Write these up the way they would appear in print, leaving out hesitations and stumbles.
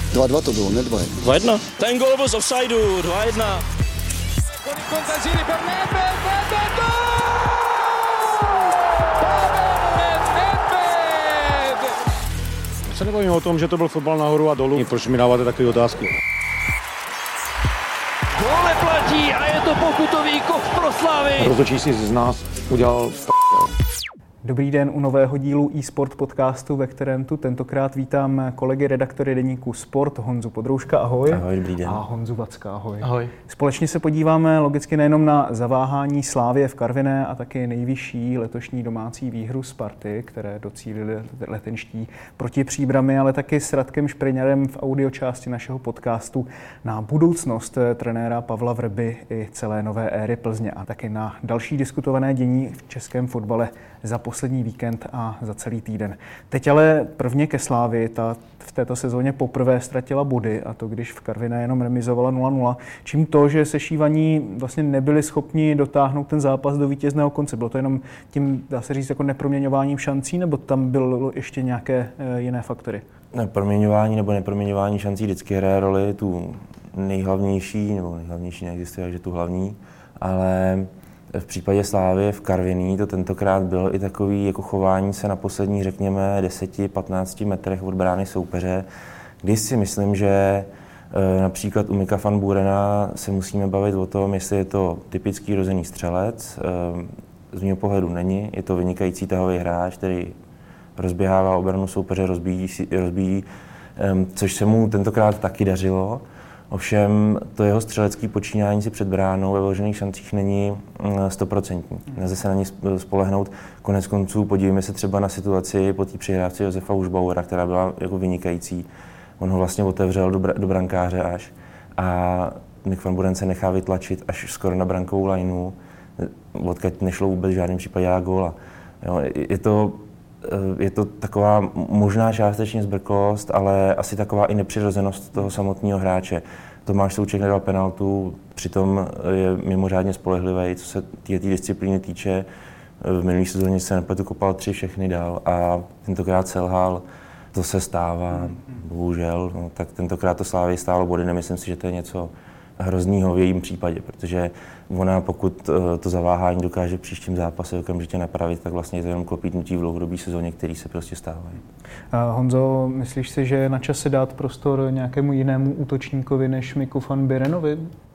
2-2 to bylo, ne 2-1. 2-1. Ten gol byl z offsideu, 2-1. Se nebavím o tom, že to byl fotbal nahoru a dolů. Proč mi dáváte takové otázky? Gole platí a je to pokutový kov pro Slavii. Rozhodčí z nás udělal Dobrý den u nového dílu eSport podcastu, ve kterém tu tentokrát vítám kolegy redaktory deníku Sport, Honzu Podrouška, ahoj. Ahoj, dobrý den. A Honzu Vacka, ahoj. Ahoj. Společně se podíváme logicky nejenom na zaváhání Slavie v Karviné a taky nejvyšší letošní domácí výhru Sparty, které docílili letenští proti Příbrami, ale taky s Radkem Špriňarem v audiočásti našeho podcastu na budoucnost trenéra Pavla Vrby i celé nové éry Plzně a taky na další diskutované dění v českém fotbale za poslední víkend a za celý týden. Teď ale prvně ke Slavii, ta v této sezóně poprvé ztratila body, a to když v Karviné jenom remizovala 0-0. Čím to, že sešívaní vlastně nebyli schopni dotáhnout ten zápas do vítězného konce? Bylo to jenom tím, dá se říct, jako neproměňováním šancí, nebo tam bylo ještě nějaké jiné faktory? Proměňování nebo neproměňování šancí vždycky hraje roli, tu nejhlavnější, nebo nejhlavnější neexistuje, takže tu hlavní, ale v případě Slavie v Karviní to tentokrát bylo i takový jako chování se na posledních, řekněme, 10-15 metrech od brány soupeře, kdy si myslím, že například u Mika van Burena se musíme bavit o tom, jestli je to typický rozený střelec. Z mého pohledu není, je to vynikající tahový hráč, který rozběhává obranu soupeře, rozbíjí, což se mu tentokrát taky dařilo. Ovšem to jeho střelecké počínání si před bránou ve vložených šancích není 100%. Nelze se na ní spolehnout. Konec konců podívejme se třeba na situaci po té přihrávce Josefa Užbauera, která byla jako vynikající. On ho vlastně otevřel do brankáře až a Mick van Buren se nechá vytlačit až skoro na brankovou lineu, odkud nešlo vůbec v žádném případě a góla. Je to taková možná částečně zbrklost, ale asi taková i nepřirozenost toho samotného hráče. Tomáš Souček nedal penaltu, přitom je mimořádně spolehlivý, co se té disciplíny týče. V minulý sezóně se nepletu kopal 3, všechny dal a tentokrát selhal. To se stává, bohužel. No, tak tentokrát to Slavii stálo body, nemyslím si, že to je něco hroznýho v jejím případě, protože ona, pokud to zaváhání dokáže v příštím zápase okamžitě napravit, tak vlastně je to jenom klopítnutí v dlouhodobé sezóně, který se prostě stávají. Honzo, myslíš si, že je na čase dát prostor nějakému jinému útočníkovi než Miku van Burenovi?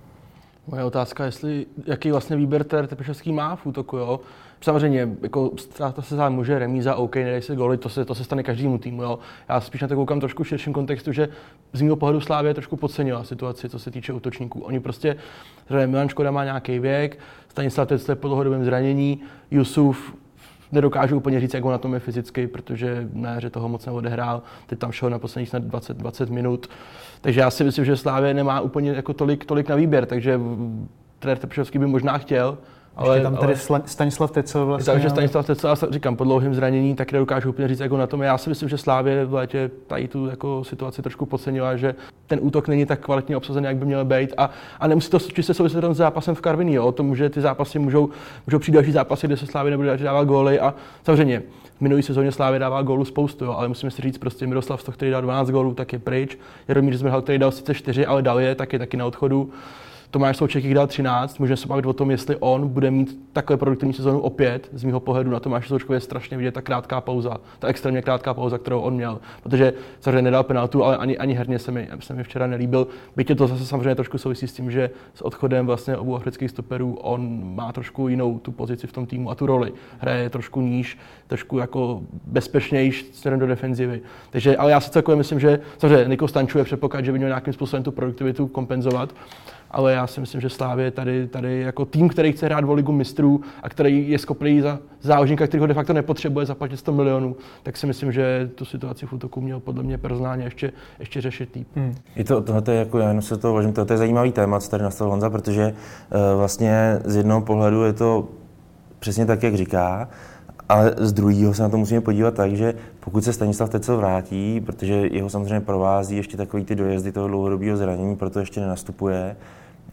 Moje otázka je, jaký vlastně výběr Trpišovský má v útoku, jo? Samozřejmě, jako ztráta se může, remíza, OK, nedej se góly, to se stane každému týmu, jo. Já spíš na to koukám trošku v širším kontextu, že z mého pohledu Slavie trošku podcenila situaci, co se týče útočníků. Oni prostě, že Milan Škoda má nějaký věk, Stanislav Tecl je po dlouhodobém zranění, Jusuf nedokážu úplně říct, jak on na tom je fyzicky, protože na jaře toho moc neodehrál, teď tam šel na posledních snad 20 minut. Takže já si myslím, že Slavie nemá úplně jako tolik na výběr, takže trenér Trpišovský by možná chtěl. Ale tam tady Stanislav Tecl vlastně. Takže Stanislav Tecl, já říkám, po dlouhém zranění, tak nedokážu úplně říct, jak on na tom je. Já si myslím, že Slavie v létě tady tu jako situaci trošku podcenila, že ten útok není tak kvalitně obsazený, jak by měl být. A nemusí to čistě souviset s zápasem v Karviní, jo. O tom, že ty zápasy můžou přijít další zápasy, kde se Slavie nebude dávat góly. A samozřejmě v minulé sezóně Slavie dává gólů spoustu, jo, ale musíme si říct, prostě Miroslav Stoch, který dal 12 gólů, tak je pryč. Jaromír Zmrhal, který dal sice 4, ale dal je taky na odchodu. Tomáš Souček jich dal 13, můžeme se bavit o tom, jestli on bude mít takové produktivní sezónu opět. Z mého pohledu na Tomáši Součkovi je strašně vidět ta krátká pauza, ta extrémně krátká pauza, kterou on měl. Protože samozřejmě nedal penaltu, ale ani herně se mi včera nelíbil. Byť je to zase samozřejmě trošku souvisí s tím, že s odchodem vlastně obou afrických stoperů on má trošku jinou tu pozici v tom týmu a tu roli. Hraje trošku níž, trošku jako bezpečnější směrem do defenzivy. Takže, ale já si celkově myslím, že samozřejmě Niko Stančů je předpoklad, že by měl nějakým způsobem tu produktivitu kompenzovat. Ale já si myslím, že Slavie tady jako tým, který chce hrát o ligu mistrů a který je schopný za záložníka, který ho de facto nepotřebuje zaplatit 100 milionů, tak si myslím, že tu situaci v útoku měl podle mě personálně ještě řešit tým. Tohle je jako, já se to uvažím, tohle je zajímavý téma, co tady nastavil Honza, protože vlastně z jednoho pohledu je to přesně tak, jak říká, ale z druhého se na to musíme podívat tak, že pokud se Stanislav Tecl vrátí, protože jeho samozřejmě provází ještě takový ty dojezdy toho dlouhodobého zranění, proto ještě nenastupuje,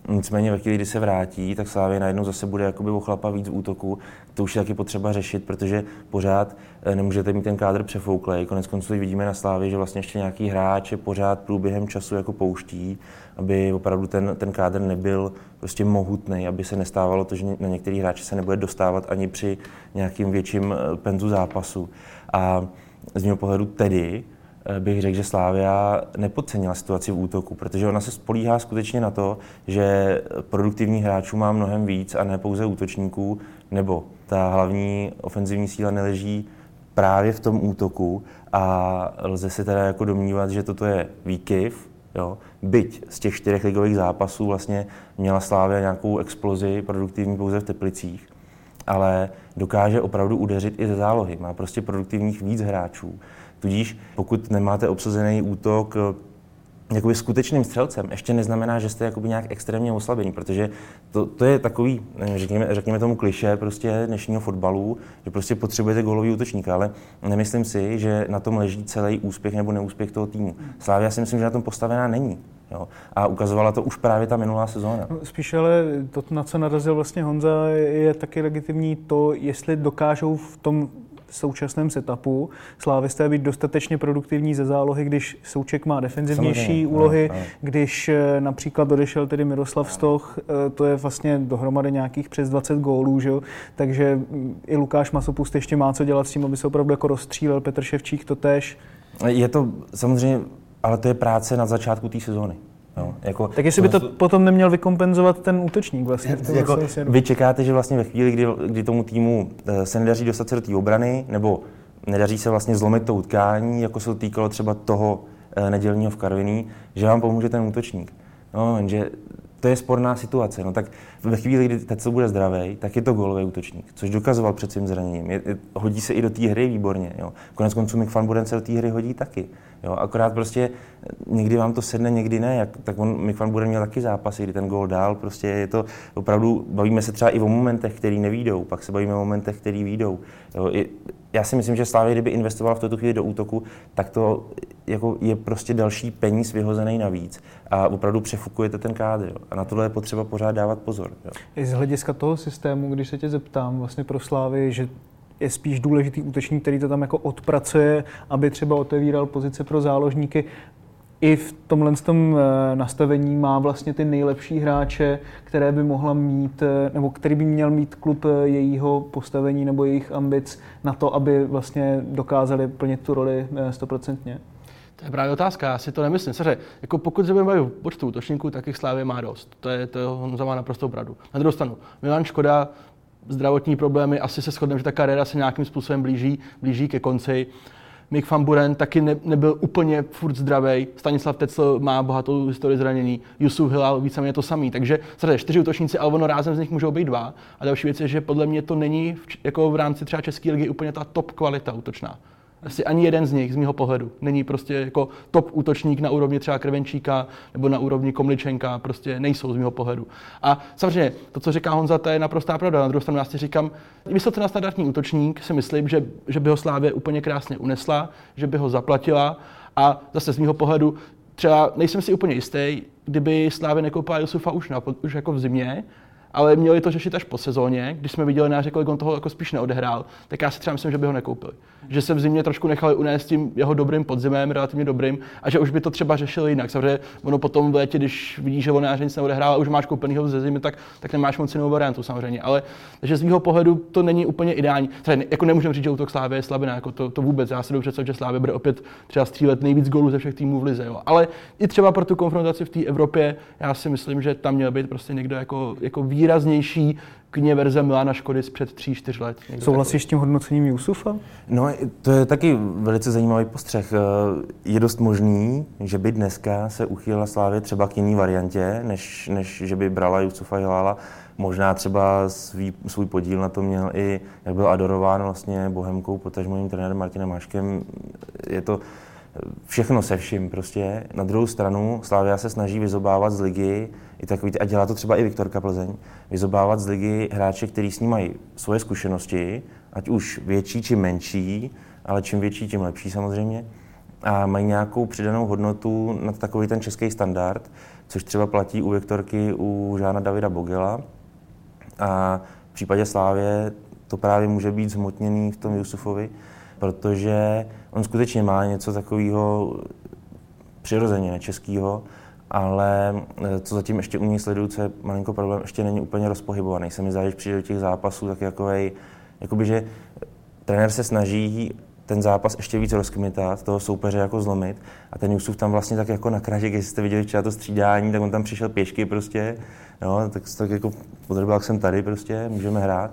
Nicméně ve chvíli, kdy se vrátí, tak Slavia najednou zase bude jakoby ochlapa víc v útoku. To už je taky potřeba řešit, protože pořád nemůžete mít ten kádr přefouklej. Koneckonců vidíme na Slavii, že vlastně ještě nějaký hráč je pořád průběhem času jako pouští, aby opravdu ten kádr nebyl prostě mohutný, aby se nestávalo to, že na některý hráči se nebude dostávat ani při nějakým větším penzu zápasu. A z mého pohledu tedy bych řekl, že Slavia nepodcenila situaci v útoku, protože ona se spolíhá skutečně na to, že produktivních hráčů má mnohem víc a ne pouze útočníků, nebo ta hlavní ofenzivní síla neleží právě v tom útoku a lze se teda jako domnívat, že toto je výkyv, jo. Byť z těch 4 ligových zápasů vlastně měla Slavia nějakou explozi produktivní pouze v Teplicích, ale dokáže opravdu udeřit i ze zálohy, má prostě produktivních víc hráčů. Tudíž pokud nemáte obsazený útok jakoby skutečným střelcem, ještě neznamená, že jste jakoby nějak extrémně oslabení, protože to je takový, řekněme tomu klišé prostě dnešního fotbalu, že prostě potřebujete gólový útočníka, ale nemyslím si, že na tom leží celý úspěch nebo neúspěch toho týmu. Slavia si myslím, že na tom postavená není. Jo. A ukazovala to už právě ta minulá sezóna. Spíš ale to, na co narazil vlastně Honza, je taky legitimní to, jestli dokážou v tom současném setupu slávisté být dostatečně produktivní ze zálohy, když Souček má defenzivnější úlohy, když například odešel tedy Miroslav Stoch, to je vlastně dohromady nějakých přes 20 gólů, že? Takže i Lukáš Masopust ještě má co dělat s tím, aby se opravdu jako rozstřílel, Petr Ševčík to též. Je to samozřejmě, ale to je práce na začátku té sezóny. No, jako, tak jestli by to potom neměl vykompenzovat ten útočník vlastně. Jako, vy čekáte, že vlastně ve chvíli, kdy tomu týmu se nedaří dostat se do té obrany, nebo nedaří se vlastně zlomit to utkání, jako se to týkalo třeba toho nedělního v Karviní, že vám pomůže ten útočník. No, jenže to je sporná situace. No, tak ve chvíli, kdy teď bude zdravý, tak je to gólový útočník, což dokazoval před svým zraněním. Hodí se i do té hry výborně. Jo. Koneckonců Mick van Buren se do té hry hodí taky. Jo. Akorát prostě někdy vám to sedne, někdy ne. Tak Mick van Buren měl taky zápasy, kdy ten gól dál. Prostě je to opravdu, bavíme se třeba i o momentech, který nevídou, pak se bavíme o momentech, který vídou. Jo. Já si myslím, že Slavia, kdyby investoval v tuto chvíli do útoku, tak to jako je prostě další peníz vyhozený navíc a opravdu přefukujete ten kádr. Jo. A na tohle je potřeba pořád dávat pozor. Jo. I z hlediska toho systému, když se tě zeptám vlastně pro Slavii, že je spíš důležitý útočník, který to tam jako odpracuje, aby třeba otevíral pozice pro záložníky. I v tomhle nastavení má vlastně ty nejlepší hráče, které by mohla mít, nebo který by měl mít klub jejího postavení nebo jejich ambic na to, aby vlastně dokázali plnit tu roli 100%. To je právě otázka, já si to nemyslím. Samozřejmě, jako pokud se budeme bavit o počtu útočníků, tak jich Slavie má dost. To Honza má naprostou pravdu. Na druhou stranu, Milan Škoda, zdravotní problémy, asi se shodneme, že ta kariéra se nějakým způsobem blíží ke konci. Mick van Buren taky nebyl úplně furt zdravý. Stanislav Tecl má bohatou historii zranění. Jusuf Hilal víceméně to samý. Takže 4 útočníci, ale ono rázem z nich můžou být 2. A další věc je, že podle mě to není jako v rámci třeba české ligy úplně ta top kvalita útočná. Asi ani jeden z nich, z mého pohledu, není prostě jako top útočník na úrovni třeba Krvenčíka nebo na úrovni Komličenka, prostě nejsou z mého pohledu. A samozřejmě, to, co říká Honza, to je naprostá pravda. Na druhou stranu já si říkám, vysoce na standardní útočník si myslím, že by ho Slavie úplně krásně unesla, že by ho zaplatila a zase z mého pohledu třeba nejsem si úplně jistý, kdyby Slavie nekoupila Jusufa už jako v zimě, ale měli to řešit až po sezóně, když jsme viděli náře, kolik on toho jako spíš neodehrál, tak já si třeba myslím, že by ho nekoupili. Že se v zimě trošku nechali unést tím jeho dobrým podzimem, relativně dobrým, a že už by to třeba řešili jinak. Samozřejmě ono potom v létě, když vidíš, že on náře nic neodehrál a už máš koupenýho ze zimy, tak nemáš moc jinou variantu samozřejmě. Ale že z mého pohledu to není úplně ideální. Třeba jako nemůžeme říct, že útok Slavie je slabina, jako to vůbec. Já si dobře představit, že Slavie bude opět třeba střílet nejvíc gólů ze všech týmů v lize, jo. Ale i třeba pro tu konfrontaci v té Evropě, já si myslím, že tam měl být prostě někdo jako výraznější kně verze Milana Škody z před 3-4 let. Souhlasíš s tím hodnocením Jusufa? No, to je taky velice zajímavý postřeh. Je dost možný, že by dneska se uchýlila Slavie třeba k jiný variantě, než že by brala Jusufa Hilala. Možná třeba svůj podíl na to měl i, jak byl adorován vlastně Bohemkou, potažmo mým trenérem Martinem Haškem. Je to všechno se vším prostě. Na druhou stranu Slavia se snaží vyzobávat z ligy, i takový, a dělá to třeba i Viktorka Plzeň, vyzobávat z ligy hráče, kteří s ní mají svoje zkušenosti, ať už větší či menší, ale čím větší, tím lepší samozřejmě. a mají nějakou přidanou hodnotu nad takový ten český standard, což třeba platí u Viktorky, u Žána Davida Bogela. A v případě Slávie to právě může být zhmotněný v tom Jusufovi, protože on skutečně má něco takového přirozeně nečeského, ale co zatím ještě u něj sleduju, co je malinko problém, ještě není úplně rozpohybovaný. Se mi zdá, že přijde do těch zápasů tak jakoby, že trenér se snaží ten zápas ještě víc rozkmitat, toho soupeře jako zlomit a ten Jusuf tam vlastně tak jako na kražek, jestli jste viděli včera to střídání, tak on tam přišel pěšky prostě, no, tak jako podrobal, jak jsem tady prostě, můžeme hrát.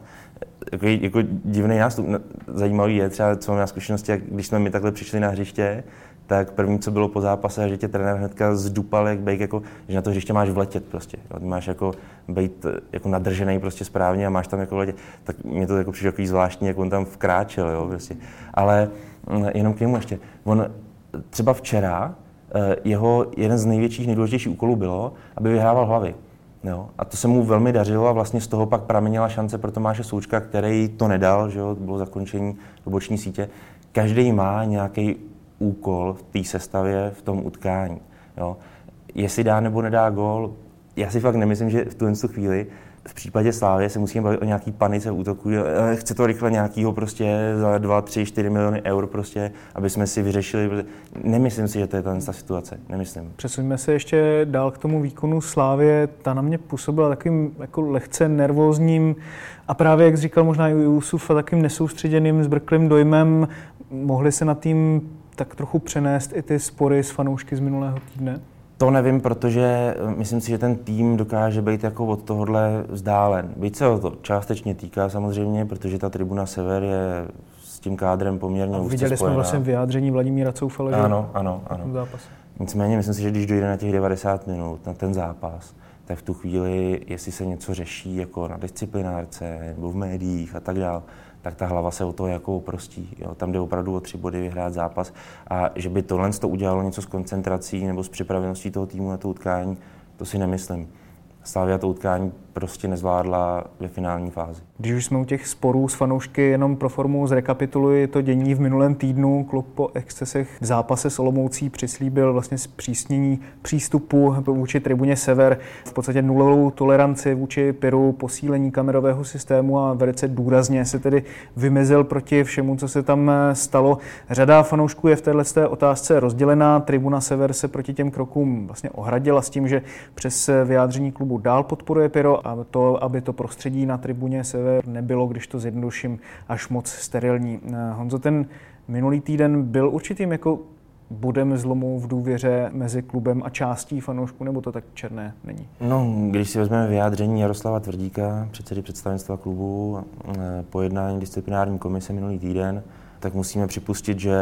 Jako divný nástup. Zajímavý je třeba, co mám na zkušenosti, jak když jsme my takhle přišli na hřiště, tak první, co bylo po zápase, že tě trenér hnedka zdupal, jak bejk, jako, že na to hřiště máš vletět prostě. Jo. Ty máš jako bejt jako nadržený prostě správně a máš tam jako vletět. Tak mě to jako přišlo takový zvláštní, jak on tam vkráčel, jo, prostě. Ale jenom k němu ještě. On třeba včera, jeho jeden z největších, nejdůležitějších úkolů bylo, aby vyhrával hlavy. Jo. A to se mu velmi dařilo a vlastně z toho pak pramenila šance pro Tomáše Součka, který to nedal, že jo, to bylo zakončení do boční sítě. Každý má nějaký úkol v té sestavě, v tom utkání. Jo. Jestli dá nebo nedá gól, já si fakt nemyslím, že v tuhle chvíli v případě Slávie se musíme bavit o nějaký panice v útoku. Chce to rychle nějakýho prostě za 2, 3, 4 miliony eur prostě, aby jsme si vyřešili. Nemyslím si, že to je ta situace. Nemyslím. Přesuňme se ještě dál k tomu výkonu Slávie. Ta na mě působila takovým jako lehce nervózním a právě, jak říkal možná i Jusuf, a takovým nesoustředěným, zbrklým dojmem. Mohli se na tým tak trochu přenést i ty spory s fanoušky z minulého týdne? To nevím, protože myslím si, že ten tým dokáže být jako od tohohle vzdálen. Byť se o to částečně týká samozřejmě, protože ta tribuna Sever je s tím kádrem poměrně úzce spojená. Viděli jsme vlastně vyjádření Vladimíra Coufala. Ano. Nicméně myslím si, že když dojde na těch 90 minut, na ten zápas, tak v tu chvíli, jestli se něco řeší jako na disciplinárce nebo v médiích a tak dále, tak ta hlava se o to jako oprostí. Jo. Tam jde opravdu o 3 body vyhrát zápas. A že by tohle udělalo něco s koncentrací nebo s připraveností toho týmu na to utkání, to si nemyslím. Slavia to utkání prostě nezvládla ve finální fázi. Když už jsme u těch sporů s fanoušky, jenom pro formu zrekapituluji to dění v minulém týdnu. Klub po excesech v zápase s Olomoucí přislíbil vlastně zpřísnění přístupu vůči tribuně Sever, v podstatě nulovou toleranci vůči Piru, posílení kamerového systému a velice důrazně se tedy vymezil proti všemu, co se tam stalo. Řada fanoušků je v této otázce rozdělená. Tribuna Sever se proti těm krokům vlastně ohradila s tím, že přes vyjádření klubu dál podporuje Piro a to, aby to prostředí na tribuně Sever nebylo, když to zjednoduším, až moc sterilní. Honzo, ten minulý týden byl určitým jako bodem zlomu v důvěře mezi klubem a částí fanoušků, nebo to tak černé není? No, když si vezmeme vyjádření Jaroslava Tvrdíka, předsedy představenstva klubu, po jednání disciplinární komise minulý týden, tak musíme připustit, že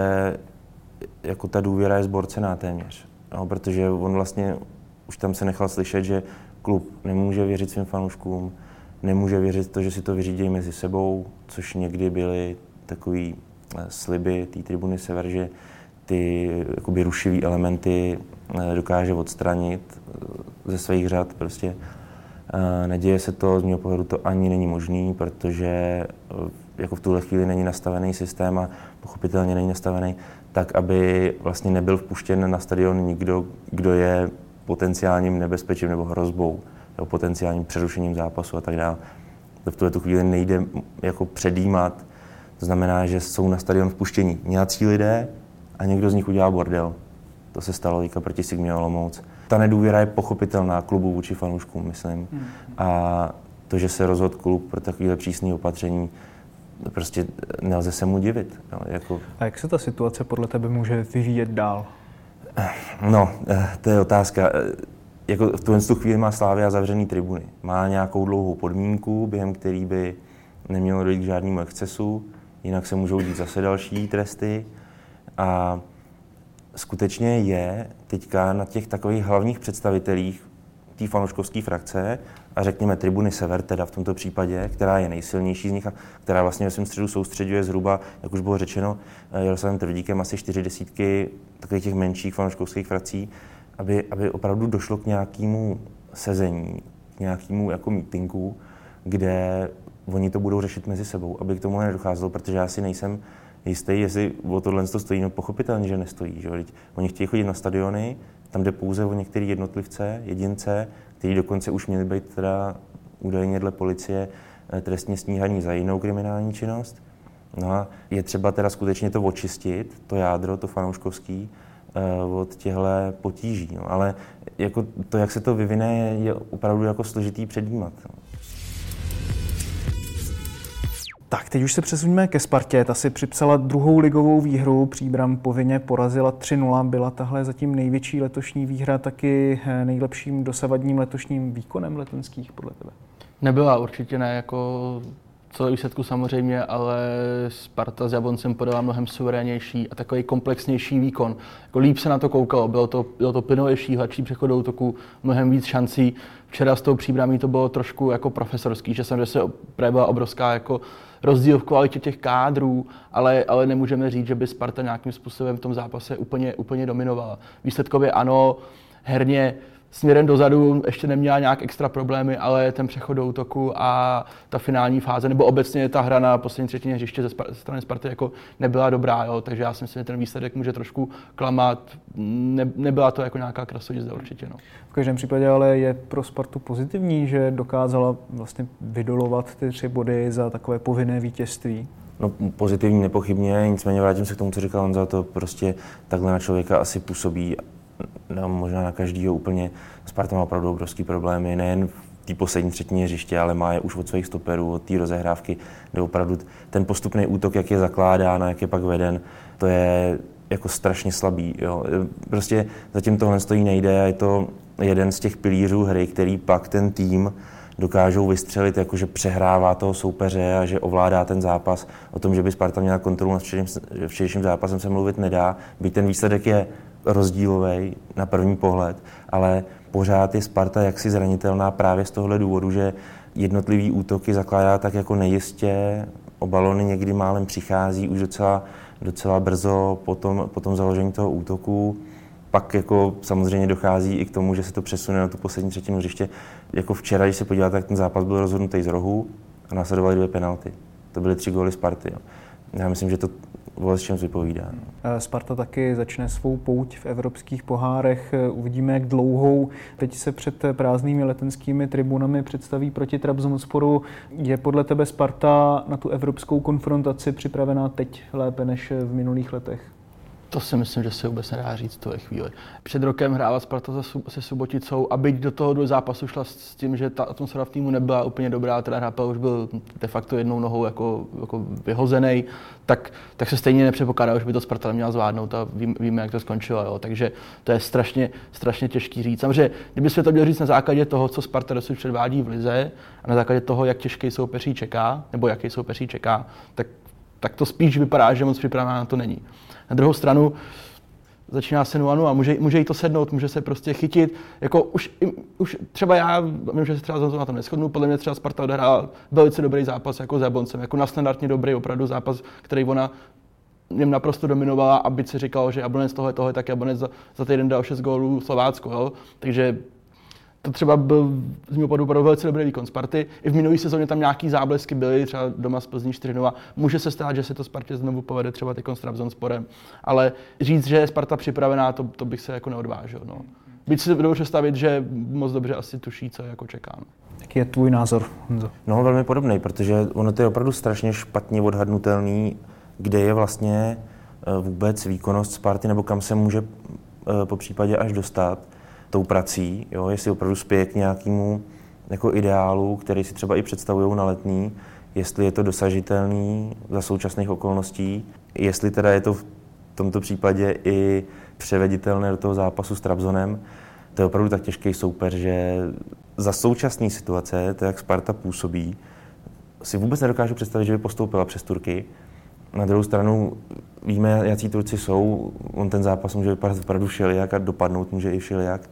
jako ta důvěra je zborcená téměř. No, protože on vlastně už tam se nechal slyšet, že klub nemůže věřit svým fanouškům, nemůže věřit to, že si to vyřídějí mezi sebou, což někdy byly takový sliby té tribuny Sever, že ty jakoby rušivý elementy dokáže odstranit ze svých řad prostě. Neděje se to, z mého pohledu to ani není možný, protože jako v tuhle chvíli není nastavený systém a pochopitelně není nastavený tak, aby vlastně nebyl vpuštěn na stadion nikdo, kdo je potenciálním nebezpečím nebo hrozbou, nebo potenciálním přerušením zápasu a tak dále. To v tuhle chvíli nejde jako předjímat. To znamená, že jsou na stadion vpuštění nějací lidé a někdo z nich udělá bordel. To se stalo teďka proti Sigmě Olomouc. Ta nedůvěra je pochopitelná klubu vůči fanouškům, myslím. A to, že se rozhodl klub pro takovéhle přísné opatření, prostě nelze se mu divit. No, jako... A jak se ta situace podle tebe může vyvíjet dál? No, to je otázka. Jako v tuhle chvíli má Slavia zavřený tribuny. Má nějakou dlouhou podmínku, během který by nemělo dojít k žádnému excesu, jinak se můžou dít zase další tresty. A skutečně je teďka na těch takových hlavních představitelích té fanouškovské frakce a řekněme tribuny Sever, teda v tomto případě, která je nejsilnější z nich a která vlastně ve svém středu soustředuje zhruba, jak už bylo řečeno, Jaroslavem Tvrdíkem asi 40 takových těch menších fanouškovských frakcí, aby opravdu došlo k nějakému sezení, k nějakému jako meetingu, kde oni to budou řešit mezi sebou, aby k tomu nedocházelo, protože já si nejsem jistý, jestli o tohle to stojí, no pochopitelně, že nestojí. Že? Oni chtějí chodit na stadiony, tam jde pouze o některé jednotlivce, jedince, kteří dokonce už měli být teda údajně dle policie trestně stíhaní za jinou kriminální činnost. No a je třeba teda skutečně to očistit, to jádro, to fanouškovský, od těchto potíží. No. Ale jako to, jak se to vyvine, je opravdu jako složitý předjímat. No. Tak, teď už se přesuňme ke Spartě. Ta si připsala druhou ligovou výhru, Příbram povinně porazila 3-0. Byla tahle zatím největší letošní výhra, taky nejlepším dosavadním letošním výkonem letenských podle tebe? Nebyla, určitě ne, jako celé výsledku samozřejmě, ale Sparta s Jabloncem podala mnohem suverénnější a takový komplexnější výkon. Jako líp se na to koukalo, bylo to plynovější, hladší přechod do útoku, mnohem víc šancí. Včera s tou Příbramí to bylo trošku jako profesorský, že se byla obrovská jako rozdíl v kvalitě těch kádrů, ale nemůžeme říct, že by Sparta nějakým způsobem v tom zápase úplně dominovala. Výsledkově ano, herně směrem dozadu ještě neměla nějak extra problémy, ale ten přechod do útoku a ta finální fáze, nebo obecně ta hra na poslední třetině hřiště ze strany Sparty jako nebyla dobrá, jo? Takže já si myslím, že ten výsledek může trošku klamat. Nebyla to jako nějaká krasojízda určitě. No. V každém případě ale je pro Spartu pozitivní, že dokázala vlastně vydolovat ty 3 body za takové povinné vítězství. No pozitivní nepochybně, nicméně vrátím se k tomu, co říkal Honza, to prostě takhle na člověka asi působí. No, možná na každýho úplně. Sparta má opravdu obrovský problémy, nejen v té poslední třetině hřiště, ale má je už od svých stoperů, od té rozehrávky, kde opravdu ten postupný útok, jak je zakládán a jak je pak veden, to je jako strašně slabý. Jo. Prostě zatím tohle stojí nejde a je to jeden z těch pilířů hry, který pak ten tým dokážou vystřelit, jakože přehrává toho soupeře a že ovládá ten zápas. O tom, že by Sparta měla kontrolu nad včerejším zápasem, se mluvit nedá. Byť ten výsledek je rozdílový na první pohled, ale pořád je Sparta jaksi zranitelná právě z tohohle důvodu, že jednotlivý útoky zakládá tak jako nejistě, o balony někdy málem přichází už docela brzo po tom založení toho útoku. Pak jako samozřejmě dochází i k tomu, že se to přesune na tu poslední třetinu hřiště. Jako včera, když se podíváte, tak ten zápas byl rozhodnutý z rohu a následovaly 2 penalty. To byly 3 góly Sparty. Jo. Já myslím, že to s čem vypovídá. Sparta taky začne svou pouť v evropských pohárech. Uvidíme, jak dlouhou. Teď se před prázdnými letenskými tribunami představí proti Trabzonsporu. Je podle tebe Sparta na tu evropskou konfrontaci připravená teď lépe než v minulých letech? To si myslím, že se vůbec nedá říct v tuhle chvíli. Před rokem hrála Sparta se Suboticou a byť do toho zápasu šla s tím, že ta atmosféra v týmu nebyla úplně dobrá, teda Hrapel už byl de facto jednou nohou jako vyhozený, tak se stejně nepředpokládá, že by to Sparta neměla zvládnout a víme, jak to skončilo. Jo. Takže to je strašně těžký říct. Samozřejmě, kdyby se to měl říct na základě toho, co Sparta dosud předvádí v lize a na základě toho, jak těžký soupeří čeká, nebo jaký soupeří čeká, tak to spíš vypadá, že moc připravená na to není. Na druhou stranu začíná se 0-0 a může jí to sednout, může se prostě chytit. Jako už třeba já vím, že se třeba na tom neshodnu, podle mě třeba Sparta odehrála velice dobrý zápas jako s Jabloncem, jako nadstandardně dobrý opravdu zápas, který ona něm naprosto dominovala, aby se říkalo, že Jablonec tohle, tak Jablonec za týden dal 6 gólů Slovácko, jo? Takže to třeba byl z mého pohledu velice dobrý výkon Sparty. I v minulé sezóně tam nějaký záblesky byly, třeba doma z Plzní 4-0. Může se stát, že se to Spartě znovu povede třeba teď s Trabzonsporem. Ale říct, že je Sparta připravená, to bych se jako neodvážil. No. Byť si dovedu představit, že moc dobře asi tuší, co jako čeká. No. Jaký je tvůj názor, Honzo? No, velmi podobný, protože ono to je opravdu strašně špatně odhadnutelný, kde je vlastně vůbec výkonnost Sparty, nebo kam se může po případě až dostat tou prací, jo, jestli opravdu spěje k nějakému jako ideálu, který si třeba i představují na Letný, jestli je to dosažitelný za současných okolností, jestli teda je to v tomto případě i převeditelné do toho zápasu s Trabzonem. To je opravdu tak těžký soupeř, že za současné situace, to jak Sparta působí, si vůbec nedokážu představit, že by postoupila přes Turky. Na druhou stranu víme, jací Turci jsou. On ten zápas může vypadat opravdu všelijak a dopadnout může i všelijak.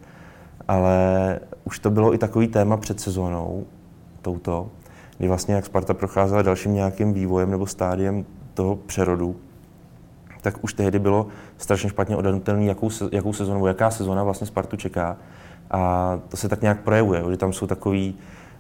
Ale už to bylo i takový téma před sezónou, touto, kdy vlastně jak Sparta procházela dalším nějakým vývojem nebo stádiem toho přerodu, tak už tehdy bylo strašně špatně odhadnutelné, jakou sezónu, nebo jaká sezóna vlastně Spartu čeká. A to se tak nějak projevuje, že tam jsou takový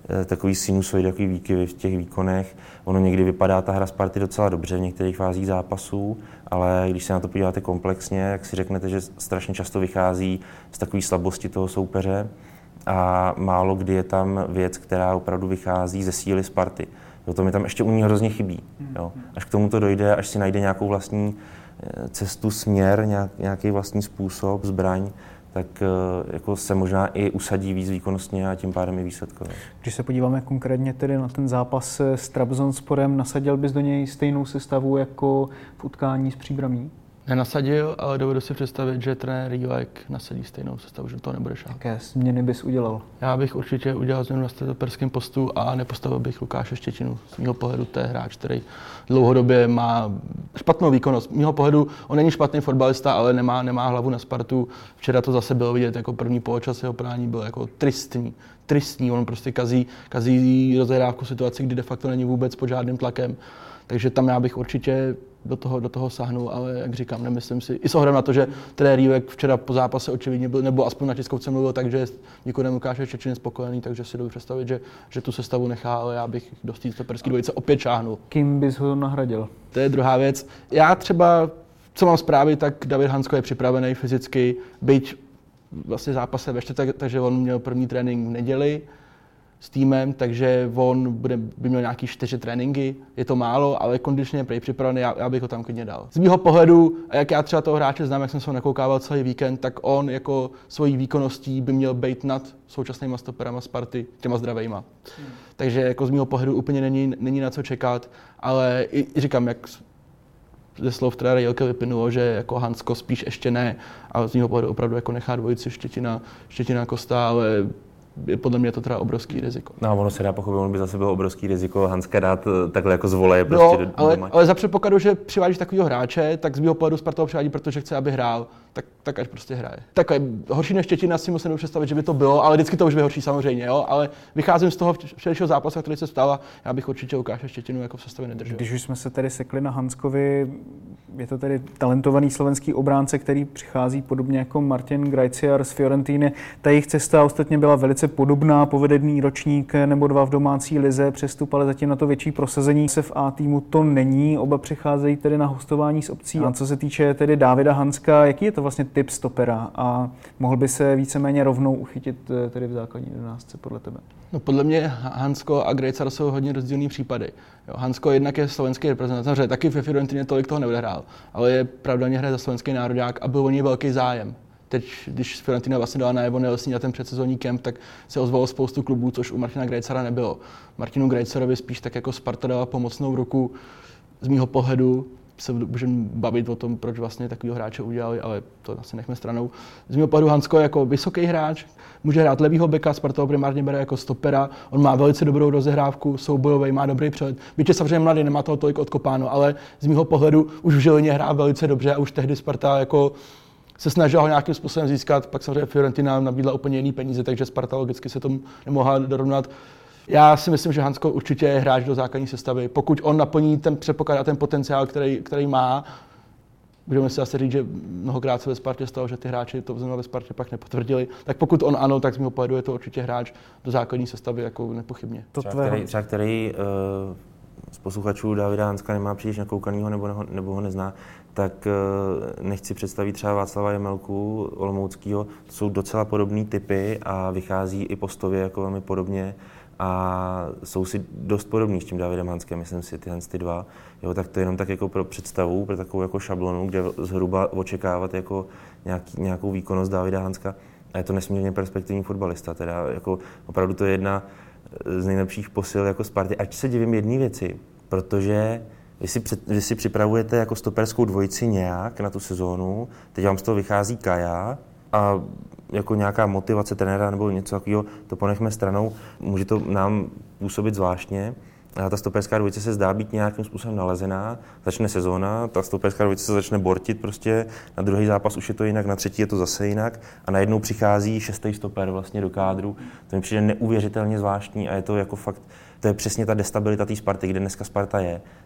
takový sinusoid, takový výkyvy v těch výkonech. Ono někdy vypadá ta hra Sparty docela dobře v některých fázích zápasů, ale když se na to podíváte komplexně, jak si řeknete, že strašně často vychází z takové slabosti toho soupeře a málo kdy je tam věc, která opravdu vychází ze síly Sparty. To mi tam ještě u ní hrozně chybí. Jo. Až k tomu to dojde, až si najde nějakou vlastní cestu, směr, nějaký vlastní způsob, zbraň, tak jako se možná i usadí víc výkonnostně a tím pádem i výsledkově. Když se podíváme konkrétně tedy na ten zápas s Trabzonsporem, nasadil bys do něj stejnou sestavu jako v utkání s Příbramí? Nenasadil, ale dovedu si představit, že trenér Jílek nasadí stejnou sestavu, že to nebude šát. Jaké změny bys udělal? Já bych určitě udělal změnu na stoperském postu a nepostavil bych Lukáše Štětinu. Z mého pohledu to je hráč, který dlouhodobě má špatnou výkonnost. Z mého pohledu on není špatný fotbalista, ale nemá hlavu na Spartu. Včera to zase bylo vidět, jako první poločas jeho podání byl jako tristní. On prostě kazí rozehrávku situaci, kdy de facto není vůbec pod žádným tlakem. Takže tam já bych určitě do toho sáhnul, ale jak říkám, nemyslím si. I s ohledem na to, že trenér Jílek včera po zápase očividně byl, nebo aspoň na tiskovce mluvil, takže je výkonem Lukáše Štětiny spokojený, takže si dovedu představit, že tu sestavu nechá, ale já bych do té stoperské dvojice opět šáhnul. Kým bys ho nahradil? To je druhá věc. Já třeba, co mám zprávy, tak David Hansko je připravený fyzicky, byť vlastně zápase ve čtvrtek, takže on měl první trénink v neděli s týmem, takže on by měl nějaký 4 tréninky, je to málo, ale kondičně je připravený, já bych ho tam klidně dal. Z mýho pohledu, a jak já třeba toho hráče znám, jak jsem se ho nakoukával celý víkend, tak on jako svojí výkonností by měl být nad současnýma stoperama Sparty, těma zdravejma. Takže jako z mýho pohledu úplně není na co čekat, ale i říkám, jak ze slov trenéra Jílka vyplynulo, že jako Hansko spíš ještě ne, a z mýho pohledu opravdu jako nechá dvojici Štětina Kosta, ale podle mě je to teda obrovský riziko. No, ono se dá pochopit, ono by zase bylo obrovský riziko Hanska dát takhle jako z voleje prostě do ale za předpokladu, že přivádíš takového hráče, tak z mého pohledu Sparta ho přivádí, protože chce, aby hrál, tak ať prostě hraje. Takhle horší než Štětina si musím představit, že by to bylo, ale vždycky to už vyhorší samozřejmě, jo, ale vycházím z toho včerejšího zápasu, který se stala, já bych určitě Lukáše Štětinu jako v sestavě nedržel. Když už jsme se tedy sekli na Hanskovi, je to tedy talentovaný slovenský obránce, který přichází podobně jako Martin Grajciar z Fiorentiny. Ta jejich cesta ostatně byla velice podobná, povedený ročník nebo 2 v domácí lize, přestup, ale zatím na to větší prosazení se v A týmu to není. Oba přicházejí tedy na hostování s obcí. A co se týče tedy Davida Hanska, jaký je to vlastně typ stopera a mohl by se víceméně rovnou uchytit tedy v základní 11 podle tebe? No podle mě Hansko a Grajcar jsou hodně rozdílný případy. Jo, Hansko jednak je slovenský reprezentant, že taky ve Fiorentině tolik toho neodehrál, ale je pravděpodobně hraje za slovenský nároďák a byl o něj velký zájem. Teď, když Fiorentina vlastně dala najevo Nelson na ten předsezónní kemp, tak se ozvalo spoustu klubů, což u Martina Grajcara nebylo. Martinu Grajcarovi spíš tak jako Sparta dala pomocnou ruku. Z mýho pohledu se můžeme bavit o tom, proč vlastně takového hráče udělali, ale to asi nechme stranou. Z mého pohledu Hansko je jako vysoký hráč, může hrát levýho beka, Sparta ho primárně bere jako stopera, on má velice dobrou rozehrávku, soubojový, má dobrý přehled. Byť je samozřejmě mladý, nemá toho tolik odkopáno, ale z mého pohledu už v Žilině hrá velice dobře a už tehdy Sparta jako se snažila ho nějakým způsobem získat, pak samozřejmě Fiorentina nabídla úplně jiný peníze, takže Sparta logicky se tomu nemohla dorovnat. Já si myslím, že Hansko určitě je hráč do základní sestavy. Pokud on naplní ten potenciál, který má, budeme si asi říct, že mnohokrát se ve Spartě stalo, že ty hráči to ve Spartě pak nepotvrdili, tak pokud on ano, tak z mého pohledu je to určitě hráč do základní sestavy, jako nepochybně. Třeba který z posluchačů Davida Hanska nemá příliš nakoukanýho nebo ho nezná, tak nechci představit třeba Václava Jemelku, Olomouckýho, to jsou docela podobné typy a vychází i postově jako velmi podobně a jsou si dost podobní s tím Davidem Hanskem, myslím si, ty dva. Jo, tak to je jenom tak jako pro představu, pro takovou jako šablonu, kde zhruba očekávat jako nějakou výkonnost Davida Hanska. A je to nesmírně perspektivní fotbalista, teda jako opravdu to je jedna z nejlepších posil jako Sparty. Ať se divím jedné věci, protože vy si připravujete jako stoperskou dvojici nějak na tu sezónu, teď vám z toho vychází Kaja a jako nějaká motivace trenéra nebo něco takového, to ponechme stranou, může to nám působit zvláštně. A ta stoperská dvojice se zdá být nějakým způsobem nalezená, začne sezóna, ta stoperská dvojice se začne bortit prostě, na druhý zápas už je to jinak, na třetí je to zase jinak a najednou přichází 6. stoper vlastně do kádru. To mi přijde neuvěřitelně zvláštní a je to jako fakt, to je přesně ta destabilita té Sparty, kde dneska Sparta je.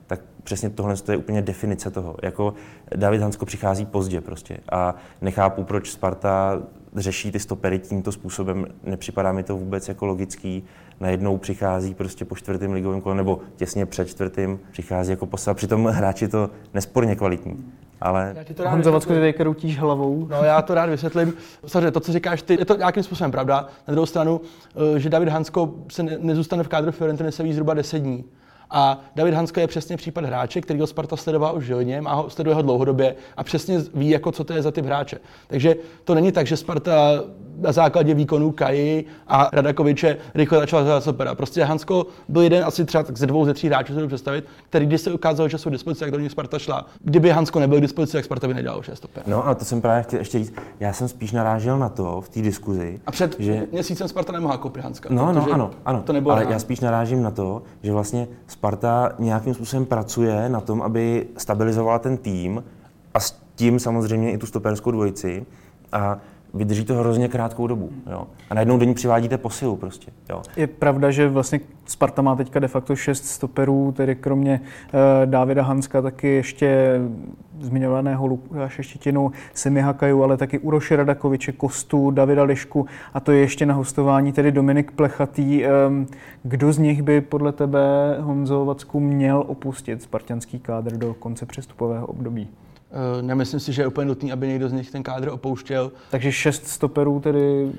tak přesně tohle je úplně definice toho. Jako David Hansko přichází pozdě prostě a nechápu, proč Sparta řeší ty stopery tímto způsobem. Nepřipadá mi to vůbec jako logický. Najednou přichází prostě po 4. ligovém kole nebo těsně před 4. přichází jako postava. Přitom hráči to nesporně kvalitní. Ale Honzo Vacko, ty teďka rutíš hlavou. No, já to rád vysvětlím. Samozřejmě to, co říkáš ty, je to nějakým způsobem pravda. Na druhou stranu, že David Hansko se nezůstane v kádru Fiorentiny, se ví zhruba 10 dní. A David Hansko je přesně případ hráče, kterýho Sparta sledovala už hodně, sleduje ho dlouhodobě a přesně ví, jako, co to je za typ hráče. Takže to není tak, že Sparta na základě výkonů Kaji a Radakoviče rychle začala za stopera. Prostě Hansko byl jeden asi třeba tak ze 2, ze 3 hráčů, se to představit, který když se ukázalo, že jsou k dispozici, jak do nich Sparta šla. Kdyby Hansko nebyl k dispozici, tak Sparta by nedělala už stopera. No a to jsem právě chtěl ještě říct. Já jsem spíš narážel na to v té diskuzi. A před měsícem Sparta nemohla koupit Hanska. Ano. To nebylo ale já spíš narážím na to, že vlastně Sparta nějakým způsobem pracuje na tom, aby stabilizovala ten tým a s tím samozřejmě i tu stoperskou dvojici a vydrží to hrozně krátkou dobu. Jo. A najednou do ní přivádíte posilu prostě. Jo. Je pravda, že vlastně Sparta má teďka de facto 6 stoperů, tedy kromě Davida Hanska taky ještě zmiňovaného Lukáše Štětinu, Semiha Kaju, ale taky Uroše Radakoviče, Kostu, Davida Lišku a to je ještě na hostování tedy Dominik Plechatý. Kdo z nich by podle tebe, Honzo Vacku, měl opustit spartanský kádr do konce přestupového období? Nemyslím si, že je úplně nutný, aby někdo z nich ten kádr opouštěl. Takže 6 stoperů tedy...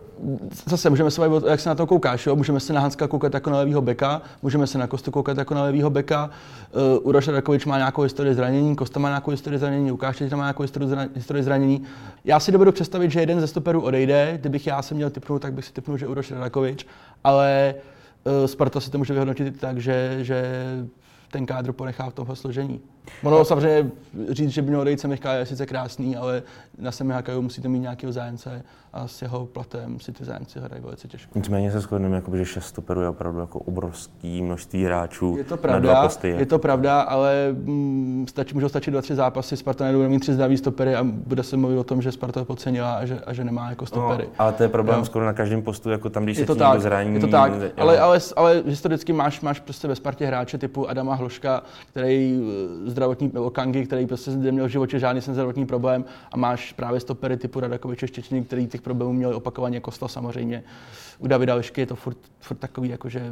Zase můžeme se bavit, jak se na to koukáš, jo? Můžeme se na Hanska koukat jako na levýho beka, můžeme se na Kostu koukat jako na levýho beka. Uroš Radakovič má nějakou historii zranění, Kosta má nějakou historii zranění, Lukáš Štětina má nějakou historii zranění. Já si dovedu představit, že jeden ze stoperů odejde, kdybych já se měl tipnout, tak bych si tipnul, že Uroš Radakovič, ale Sparta si to může vyhodnotit tak, že ten kádr ponechá v tomhle složení. Ono samozřejmě říct, že by měl odejít Semih Kaja je sice krásný, ale na Semiha Kaju musíte mít nějakého zájemce a s jeho platem si ty zájemci hrají velice těžko. Nicméně se shodneme, že 6 stoperů je opravdu jako obrovský množství hráčů. Je to pravda, ale můžou stačit 2-3 zápasy, Sparta nebude mít 3 zdraví stopery a bude se mluvit o tom, že Sparta podcenila a že nemá jako stopery. No, ale to je problém skoro na každém postu, jako tam, když se tím zraní. Je to tak, ale historicky máš prostě ve Spartě hráče typu Adama Hloška, který zdravotní, nebo Kangy, který prostě neměl v životě žádný zdravotní problém a máš právě stopery typu Radakoviče, Štětiny, který těch problémů měli opakovaně, Kosta samozřejmě. U Davida Lišky je to furt takový, jakože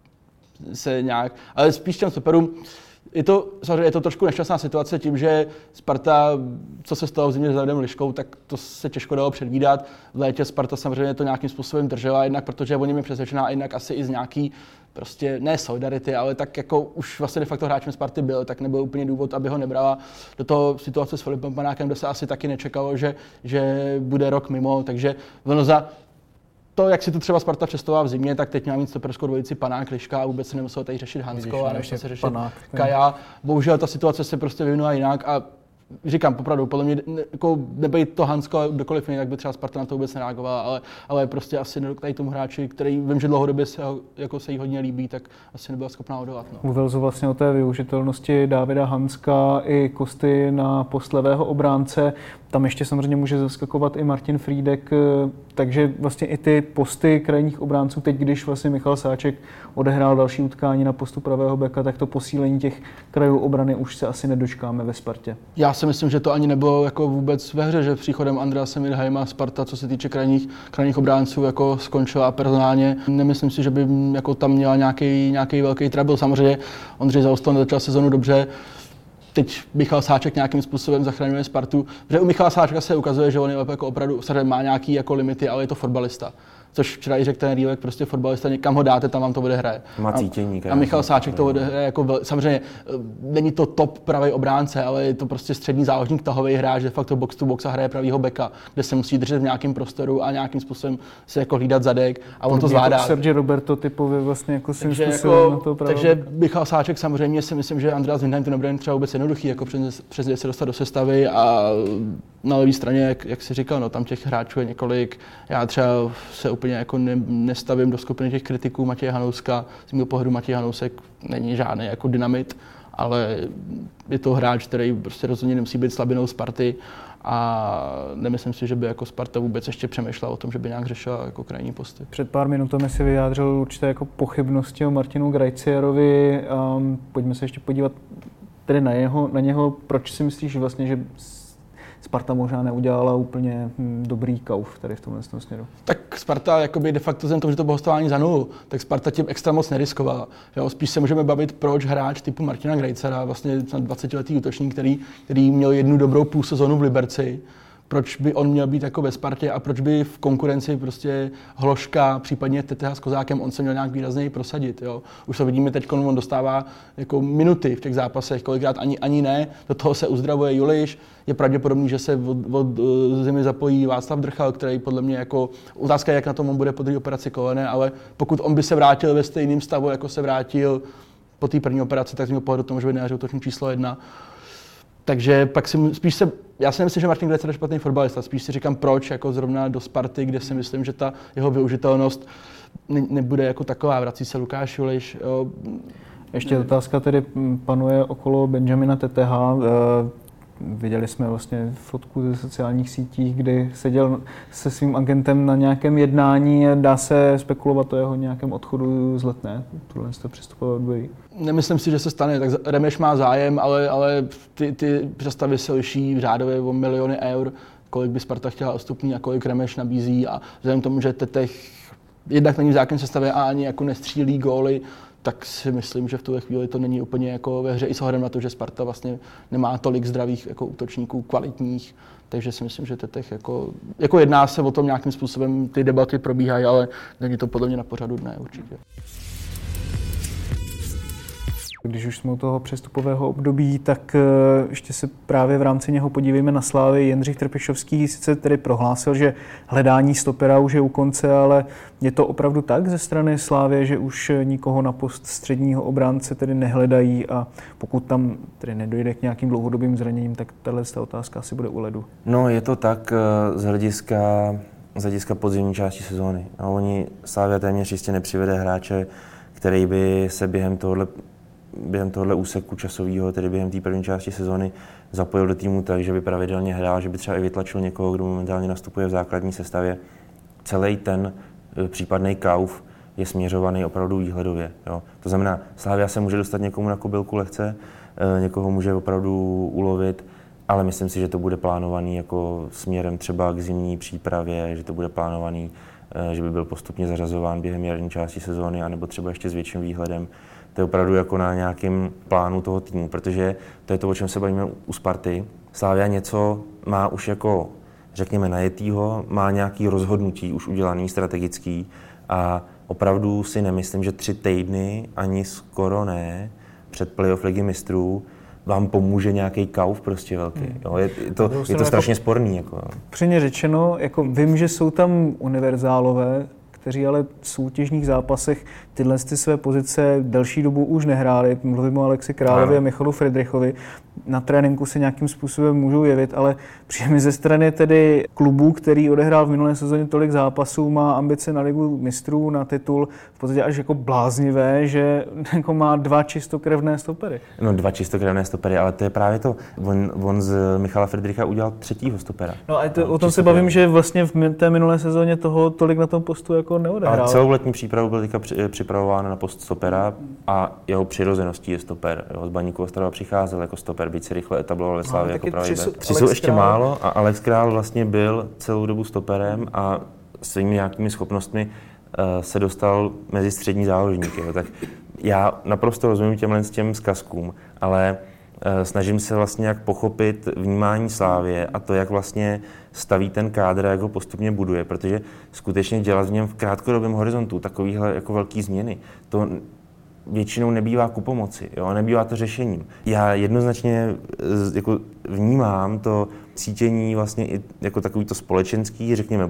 se nějak, ale spíš těm stoperům je to trošku nešťastná situace tím, že Sparta, co se stalo v zimě s Davidem Liškou, tak to se těžko dalo předvídat. V létě Sparta samozřejmě to nějakým způsobem držela, jednak protože o něm je přesvědčená, a jednak asi i z nějaký prostě ne solidarity, ale tak jako už vlastně de facto hráčem Sparty byl, tak nebyl úplně důvod, aby ho nebrala do toho situace s Filipem Panákem, kde se asi taky nečekalo, že bude rok mimo, takže ono za to, jak si to třeba Sparta přestovala v zimě, tak teď měla mít stoperskou dvojici Panák, Liška a vůbec se nemuselo tady řešit Hansko a nemuselo se řešit Panák, Kaja. Bohužel ta situace se prostě vyvinula jinak a říkám popravdu, podle mě jako nebejt to Hansko a kdokoliv jiný, tak by třeba Sparta na to vůbec nereagovala, ale prostě asi tady tomu hráči, který vím, že dlouhodobě se jí hodně líbí, tak asi nebyla schopná odolat. No. Mluvil jsi vlastně o té využitelnosti Davida Hanska i Kosty na post levého obránce. Tam ještě samozřejmě může zaskakovat i Martin Frýdek, takže vlastně i ty posty krajních obránců, teď když vlastně Michal Sáček odehrál další utkání na postu pravého beka, tak to posílení těch krajů obrany už se asi nedočkáme ve Spartě. Já si myslím, že to ani nebylo jako vůbec ve hře, že příchodem Andrease Midheima Sparta, co se týče krajních obránců, jako skončila personálně. Nemyslím si, že by jako tam měla nějaký velký trouble. Samozřejmě Ondřej Zaustal začal sezonu dobře. Teď Michal Sáček nějakým způsobem zachraňuje Spartu, protože u Michala Sáčka se ukazuje, že on je jako opravdu má nějaký jako limity, ale je to fotbalista. Což včera i řekl ten Rýlek, prostě fotbalista, někam ho dáte, tam vám to odehraje. Má cítění. A Michal Sáček to odehraje jako samozřejmě není to top pravý obránce, ale je to prostě střední záložník, tahový hráč, de facto box to box a hraje pravýho beka, kde se musí držet v nějakém prostoru a nějakým způsobem se jako hlídat zadek a on to zvládá. Sergio Roberto typově vlastně jako svým způsobem na to právě. Takže Michal Sáček samozřejmě si myslím, že Andreas Windheim to nebude třeba vůbec jednoduchý, jako přes se dostat do sestavy a na levé straně, jak si říkal, no, tam těch hráčů je několik. Já třeba se úplně jako nestavím do skupiny těch kritiků Matěje Hanouska. Z mého pohledu Matěj Hanousek není žádný jako dynamit, ale je to hráč, který prostě rozhodně nemusí být slabinou Sparty a nemyslím si, že by jako Sparta vůbec ještě přemýšlela o tom, že by nějak řešila jako krajní posty. Před pár minutami si vyjádřil určité jako pochybnosti o Martinu Grajcierovi. Pojďme se ještě podívat tedy na něho. Proč si myslíš vlastně, že Sparta možná neudělala úplně dobrý kauf tady v tomhle směru? Tak Sparta jakoby de facto vzhledem tomu, že to bylo hostování za nulu, tak Sparta tím extra moc neriskovala. Jo? Spíš se můžeme bavit, proč hráč typu Martina Grajciera, vlastně 20letý útočník, který měl jednu dobrou půl sezonu v Liberci, proč by on měl být jako ve Spartě a proč by v konkurenci prostě Hložka, případně Teteha s Kozákem, on se měl nějak výrazněji prosadit. Jo. Už to vidíme teď, on dostává jako minuty v těch zápasech, kolikrát ani ne, do toho se uzdravuje Juliš, je pravděpodobný, že se od zimy zapojí Václav Drchal, který podle mě jako, otázka je, jak na tom on bude po té operaci kolene, ale pokud on by se vrátil ve stejném stavu, jako se vrátil po té první operaci, tak z mého pohledu tomu, že by nehařil útočník číslo 1. Takže pak já si nemyslím, že Martin Grajcier je špatný fotbalista, spíš si říkám proč, jako zrovna do Sparty, kde si myslím, že ta jeho využitelnost nebude jako taková, vrací se Lukáš Juliš. Jo. Ještě otázka tedy panuje okolo Benjamina Teteha. Viděli jsme vlastně fotku ze sociálních sítí, kdy seděl se svým agentem na nějakém jednání. Dá se spekulovat o jeho nějakém odchodu z Letné, tohle přestupové období? Nemyslím si, že se stane. Tak Remeš má zájem, ale ty představy se liší řádově o miliony eur, kolik by Sparta chtěla odstupný a kolik Remeš nabízí. A vzhledem k tomu, že Tetech jednak není v základní sestavě a ani jako nestřílí góly, tak si myslím, že v tuhle chvíli to není úplně jako ve hře i s ohledem na to, že Sparta vlastně nemá tolik zdravých jako útočníků, kvalitních, takže si myslím, že Tetech jako jedná se o tom nějakým způsobem, ty debaty probíhají, ale není to podle mě na pořadu dne určitě. Když už jsme u toho přestupového období, tak ještě se právě v rámci něho podívejme na Slávy. Jindřich Trpišovský sice tedy prohlásil, že hledání stopera už je u konce, ale je to opravdu tak ze strany Slávy, že už nikoho na post středního obránce tedy nehledají a pokud tam tedy nedojde k nějakým dlouhodobým zraněním, tak tahle otázka asi bude u ledu. No, je to tak z hlediska podzimní části sezóny. A oni Slavia téměř jistě nepřivede hráče, který by se během tohohle úseku časového, tedy během té první části sezóny, zapojil do týmu tak, že by pravidelně hrál, že by třeba i vytlačil někoho, kdo momentálně nastupuje v základní sestavě. Celý ten případný kauf je směřovaný opravdu výhledově. Jo. To znamená, Slavia se může dostat někomu na kobylku lehce, někoho může opravdu ulovit, ale myslím si, že to bude plánovaný jako směrem třeba k zimní přípravě, že to bude plánovaný, že by byl postupně zařazován během jarní části sezóny, anebo třeba ještě s větším výhledem. To je opravdu jako na nějakém plánu toho týmu, protože to je to, o čem se bavíme u Sparty. Slavia něco má už jako, řekněme, najetýho, má nějaký rozhodnutí už udělaný, strategický a opravdu si nemyslím, že 3 týdny, ani skoro ne, před playoff Ligy mistrů vám pomůže nějaký kauf prostě velký. Jo, je to strašně sporný. Jako. Upřímně řečeno, jako vím, že jsou tam univerzálové, kteří ale v soutěžních zápasech tyhle své pozice delší dobu už nehráli. Mluvím o Alexi Královi a Michalu Friedrichovi. Na tréninku se nějakým způsobem můžou jevit, ale příjemně ze strany tedy klubu, který odehrál v minulé sezóně tolik zápasů, má ambice na Ligu mistrů, na titul, v podstatě až jako bláznivé, že jako má 2 čistokrevné stopery. No 2 čistokrevné stopery, ale to je právě to. On z Michala Friedricha udělal 3. stopera. No a o tom se bavím, že vlastně v té minulé sezóně toho tolik na tom postu jako neodehrál. Ale celou letní přípravu byl teďka připravován na post stopera a jeho přirozeností je stoper. Z Baníku Ostrava přicházel jako stoper, byť se rychle etabloval ve Slavii jako pravý bek. 3 jsou ještě málo a Alex Král vlastně byl celou dobu stoperem a svými nějakými schopnostmi se dostal mezi střední záložníky. Tak já naprosto rozumím těm zkazkům, ale snažím se vlastně jak pochopit vnímání Slavie a to, jak vlastně staví ten kádr a jak ho postupně buduje, protože skutečně dělat v něm v krátkodobém horizontu takovýhle jako velký změny, to většinou nebývá ku pomoci, jo? Nebývá to řešením. Já jednoznačně jako vnímám to cítění vlastně i jako takový to společenský, řekněme,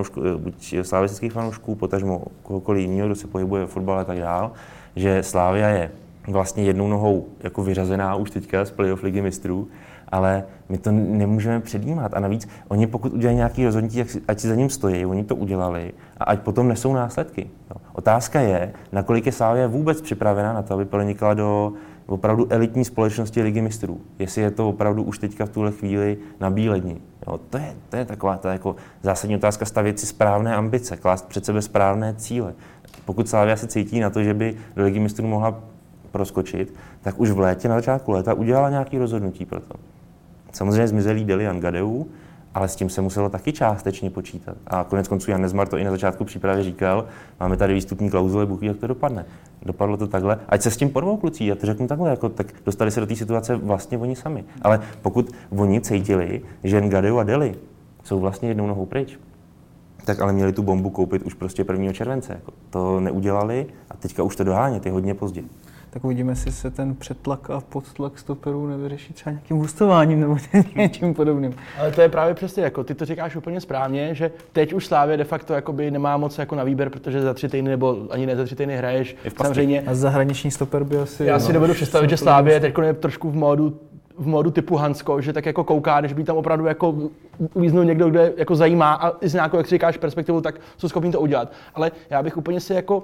buď slavistických fanoušků, potažmo kohokoliv jiného, kdo se pohybuje ve fotbale a tak dál, že Slavia je vlastně jednou nohou jako vyřazená už teďka z playoff Ligy mistrů, ale my to nemůžeme předjímat. A navíc oni pokud udělají nějaký rozhodnutí, ať si za ním stojí, oni to udělali a ať potom nesou následky. No. Otázka je, nakolik je Slavia vůbec připravena na to, aby pronikla do opravdu elitní společnosti Ligy mistrů. Jestli je to opravdu už teďka v tuhle chvíli na bíledni. Jo, to je taková ta jako zásadní otázka, stavět si správné ambice, klást před sebe správné cíle. Pokud Slavia se cítí na to, že by do Ligy mistrů mohla proskočit, tak už v létě, na začátku léta udělala nějaké rozhodnutí pro to. Samozřejmě zmizelý Delian Gadeu, ale s tím se muselo taky částečně počítat. A konec konců Jan Nezmar to i na začátku přípravy říkal, máme tady výstupní klauzule, Bůh ví, jak to dopadne. Dopadlo to takhle, ať se s tím porvou kluci, já to řeknu takhle, jako, tak dostali se do té situace vlastně oni sami. Ale pokud oni cítili, že Gadeu a Deli jsou vlastně jednou nohou pryč, tak ale měli tu bombu koupit už prostě 1. července. Jako. To neudělali a teďka už to dohánět je hodně pozdě. Tak uvidíme, jestli se ten přetlak a podtlak stoperů nevyřeší třeba nějakým hostováním nebo něčím podobným. Ale to je právě přesně, jako ty to říkáš úplně správně, že teď už Slavia de facto jakoby nemá moc jako na výběr, protože za 3 týdny nebo ani ne za 3 týdny hraješ. Samozřejmě. A zahraniční stoper by asi... Já si dovedu představit, že Slavia teď je trošku v módu typu Hansko, že tak jako kouká, když by tam opravdu jako uvíznul někdo, kdo je jako zajímá a i z nějakou, jak si říkáš, perspektivu, tak jsou schopni to udělat. Ale já bych úplně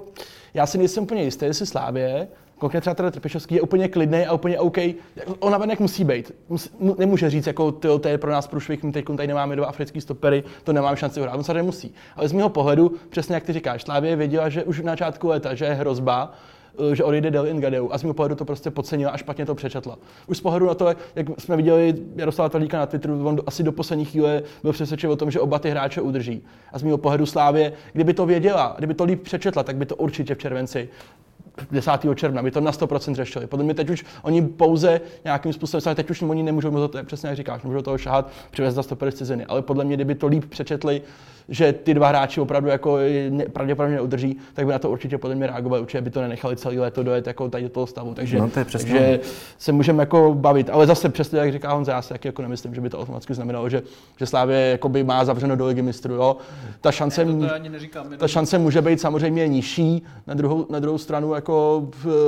já si nejsem úplně jistý, jestli Slavie, konkrétně třeba ten Trpišovský je úplně klidný a úplně OK. On navenek musí být. Nemůže říct, jako to je pro nás průšvih, my teď tady nemáme 2 africký stopery, to nemám šanci hrát. On se nemusí. Ale z mého pohledu, přesně jak ty říkáš, Slavie věděla, že už na začátku léta, že je hrozba, že odejde Delian Gadeu a z mého pohledu to prostě podcenila a špatně to přečetla. Už z pohledu na to, jak jsme viděli Jaroslava Tvrdíka na Twitteru, on asi do poslední chvíle byl přesvědčen o tom, že oba ty hráče udrží. A z mého pohledu Slavie, kdyby to věděla, kdyby to líp přečetla, tak by to určitě v červenci 10. června by to na 100% řešili. Podle mě teď už oni pouze nějakým způsobem, teď už oni nemůžou, to přesně jak říkáš, nemůžou toho šahat, přivést za stopery z ciziny, ale podle mě, kdyby to líp přečetli, že ty 2 hráči opravdu jako pravděpodobně neudrží, tak by na to určitě podle mě reagovali, určitě by to nenechali celý léto dojet jako tady do toho stavu. Takže, takže se můžeme jako bavit, ale zase přesně jak říká Honza, já si jako nemyslím, že by to automaticky znamenalo, že Slavie jakoby má zavřeno do Ligy mistrů, jo. Ta šance může být samozřejmě nižší, na druhou stranu jako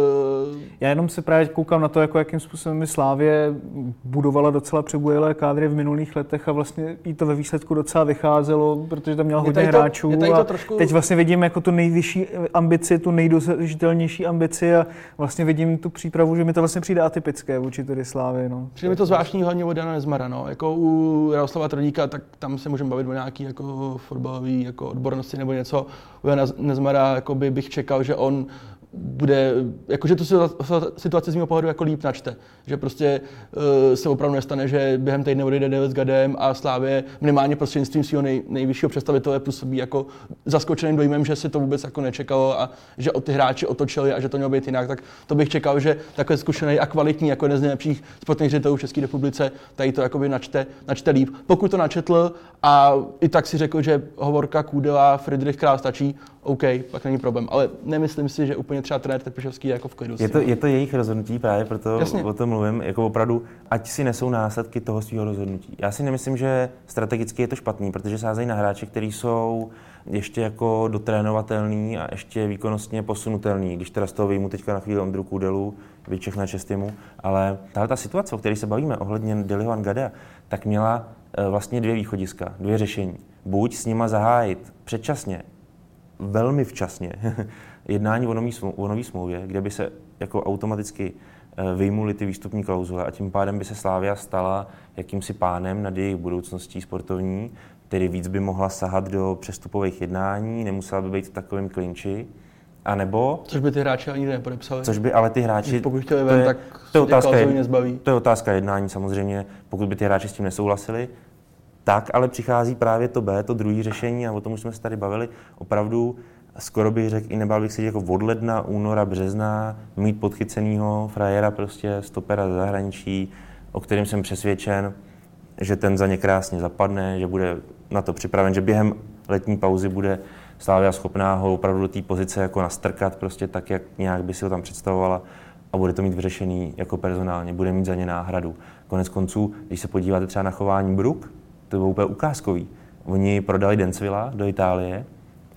Já jenom se právě koukám na to, jako jakým způsobem Slavie budovala docela přebujelé kádry v minulých letech a vlastně jí to ve výsledku docela vycházelo, protože tam měla hodně hráčů a teď vlastně vidím jako tu nejvyšší ambici, tu nejdosažitelnější ambici a vlastně vidím tu přípravu, že mi to vlastně přijde atypické vůči tedy Slavii. No. Přijde mi to zvláštní hlavně od Jana Nezmara, no. Jako u Jaroslava Tvrdíka, tak tam se můžeme bavit o nějaký jako fotbalový jako odbornosti nebo něco. U Jana Nezmara jakoby bych čekal, že on bude, jakože tu situaci z mého pohledu jako líp načte. Že prostě se opravdu nestane, že během týdne odejde Deli s Gadem a Slavie minimálně prostřednictvím svého nejvyššího představitele působí jako zaskočeným dojmem, že si to vůbec jako nečekalo a že ty hráči otočili a že to mělo být jinak. Tak to bych čekal, že takhle zkušený a kvalitní jako jeden z nejlepších sportovních ředitelů v České republice tady to jakoby načte líp. Pokud to načetl a i tak si řekl, že Hovorka, Kůdela, Friedrich Král stačí, OK, pak není problém. Ale nemyslím si, že úplně třeba trenér Trpišovský je jako v klidu. Je to jejich rozhodnutí, právě proto o tom mluvím, jako opravdu, ať si nesou následky toho svého rozhodnutí. Já si nemyslím, že strategicky je to špatný, protože sázejí na hráče, kteří jsou ještě jako dotrénovatelný a ještě výkonnostně posunutelný. Když teda z toho vyjmu teďka na chvíli Ondru Kůdelu, vyčech na Čestimu, ale ta situace, o které se bavíme ohledně Deliho a Gadea, tak měla vlastně 2 východiska, 2 řešení. Buď s nima zahájit předčasně, velmi včasně jednání o nový smlouvě, kde by se jako automaticky vyjmuly ty výstupní klauzule a tím pádem by se Slavia stala jakýmsi pánem nad jejich budoucností sportovní, tedy víc by mohla sahat do přestupových jednání, nemusela by být v takovém klinči, anebo... Což by ty hráči ani nepodepsali. Což by ale ty hráči... Pokud chtěli ven, tak nezbaví. To je otázka jednání samozřejmě, pokud by ty hráči s tím nesouhlasili. Tak ale přichází právě to B, to druhé řešení, a o tom už jsme se tady bavili, opravdu skoro bych řekl, i nebál bych se jako od ledna, února, března, mít podchycenýho frajera, prostě stopera ze zahraničí, o kterém jsem přesvědčen, že ten za ně krásně zapadne, že bude na to připraven, že během letní pauzy bude Slavia schopná ho opravdu do té pozice jako nastrkat, prostě tak, jak nějak by si ho tam představovala a bude to mít vyřešený jako personálně, bude mít za ně náhradu. Konec konců, když se podíváte třeba na chování Brook, to bylo úplně ukázkový. Oni prodali Denswilla do Itálie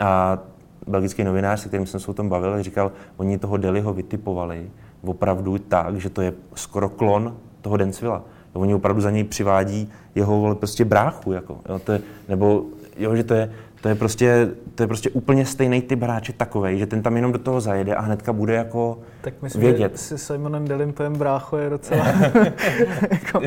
a belgický novinář, se kterým jsem se o tom bavil, říkal, oni toho Deliho vytipovali opravdu tak, že to je skoro klon toho Denswilla. Oni opravdu za něj přivádí jeho prostě bráchu, jako, jo, to je, nebo jo, že to je To je prostě úplně stejný typ hráče takovej, že ten tam jenom do toho zajede a hnedka bude jako tak myslím, vědět. Že si Simonem Delym pojem brácho je docela jako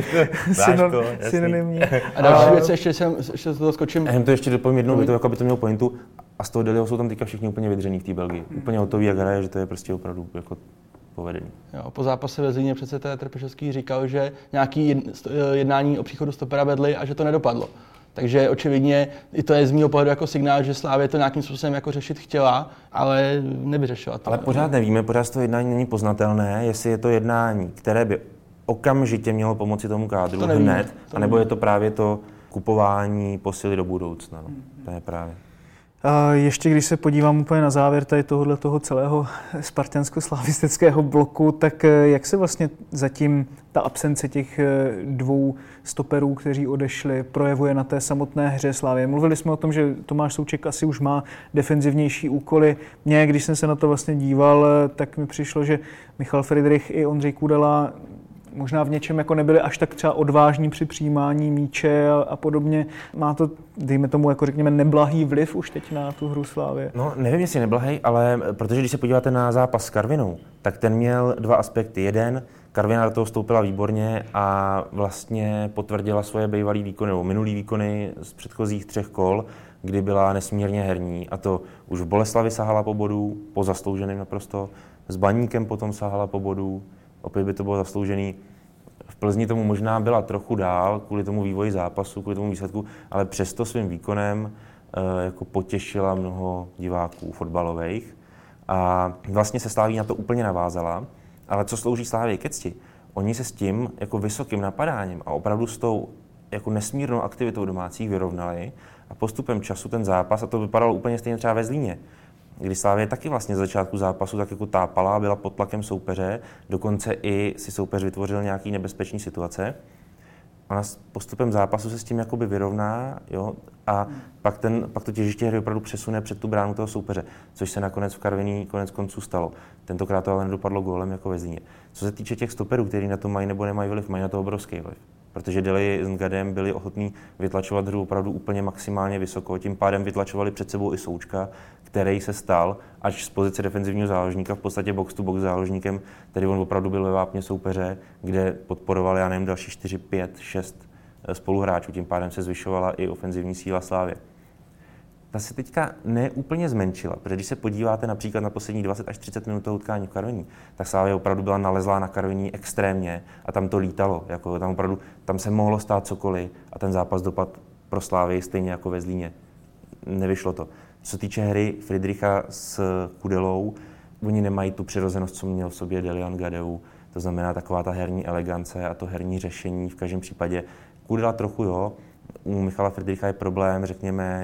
synonymní. A další věc, ještě to skočím. Já to ještě dopovím jednou větu, jako aby to mělo pointu. A z toho Delyho jsou tam teďka všichni úplně vydřený v té Belgii. Úplně hotový, jak hraje, že to je prostě opravdu jako povedený. Jo, po zápase ve Zlíně přece Trpešovský říkal, že nějaký jednání o příchodu stopera vedli a že to nedopadlo. Takže očividně i to je z mého pohledu jako signál, že Slavie to nějakým způsobem jako řešit chtěla, ale nevyřešila to. Ale pořád nevíme, pořád to jednání není poznatelné, jestli je to jednání, které by okamžitě mělo pomoci tomu kádru hned, anebo je to právě to kupování posily do budoucna. No. To je právě. A ještě když se podívám úplně na závěr tady toho celého spartansko-slavistického bloku, tak jak se vlastně zatím ta absence těch dvou stoperů, kteří odešli, projevuje na té samotné hře Slavie? Mluvili jsme o tom, že Tomáš Souček asi už má defenzivnější úkoly. Mně, když jsem se na to vlastně díval, tak mi přišlo, že Michal Friedrich i Ondřej Kudela možná v něčem jako nebyli až tak třeba odvážní při přijímání míče a podobně. Má to, dejme tomu, jako řekněme, neblahý vliv už teď na tu hru Slavie? No, nevím, jestli neblahý, ale protože když se podíváte na zápas s Karvinou, tak ten měl dva aspekty. Jeden, Karviná do toho vstoupila výborně a vlastně potvrdila svoje bývalý výkony, nebo minulý výkony z předchozích 3 kol, kdy byla nesmírně herní. A to už v Boleslavi sahala po bodu, po zaslouženém naprosto, s Baníkem potom sahala po bodu, opět by to bylo zasloužený. V Plzni tomu možná byla trochu dál, kvůli tomu vývoji zápasu, kvůli tomu výsledku, ale přesto svým výkonem jako potěšila mnoho diváků fotbalových. A vlastně se Slaví na to úplně navázala. Ale co slouží Slavii ke cti? Oni se s tím jako vysokým napadáním a opravdu s tou jako nesmírnou aktivitou domácích vyrovnali a postupem času ten zápas, a to vypadalo úplně stejně třeba ve Zlíně, kdy Slavie taky vlastně z začátku zápasu tak jako tápala, byla pod tlakem soupeře, dokonce i si soupeř vytvořil nějaký nebezpečný situace. Ona s postupem zápasu se s tím jakoby vyrovná, jo, a pak to těžiště hry opravdu přesune před tu bránu toho soupeře, což se nakonec v Karviní konec konců stalo. Tentokrát to ale nedopadlo gólem jako ve Zlíně. Co se týče těch stoperů, kteří na to mají nebo nemají vliv, mají na to obrovský vliv. Protože Dely s Ngadem byli ochotní vytlačovat hru opravdu úplně maximálně vysoko, tím pádem vytlačovali před sebou i Součka, který se stal až z pozice defenzivního záložníka v podstatě box to box záložníkem, tedy on opravdu byl ve vápně soupeře, kde podporoval, já nevím, další 4, 5, 6 spoluhráčů, tím pádem se zvyšovala i ofenzivní síla Slavie. Ta se teďka neúplně zmenšila, protože když se podíváte například na poslední 20 až 30 minut toho utkání v Karviní, tak Slavie opravdu byla nalezlá na Karviní extrémně a tam to lítalo, jako tam se mohlo stát cokoliv a ten zápas dopad pro Slavii stejně jako ve Zlíně. Nevyšlo to. Co se týče hry Friedricha s Kudelou, oni nemají tu přirozenost, co měl v sobě Delian Gadeu, to znamená taková ta herní elegance a to herní řešení v každém případě. Kudela trochu jo, u Michala Friedricha je problém, řekněme,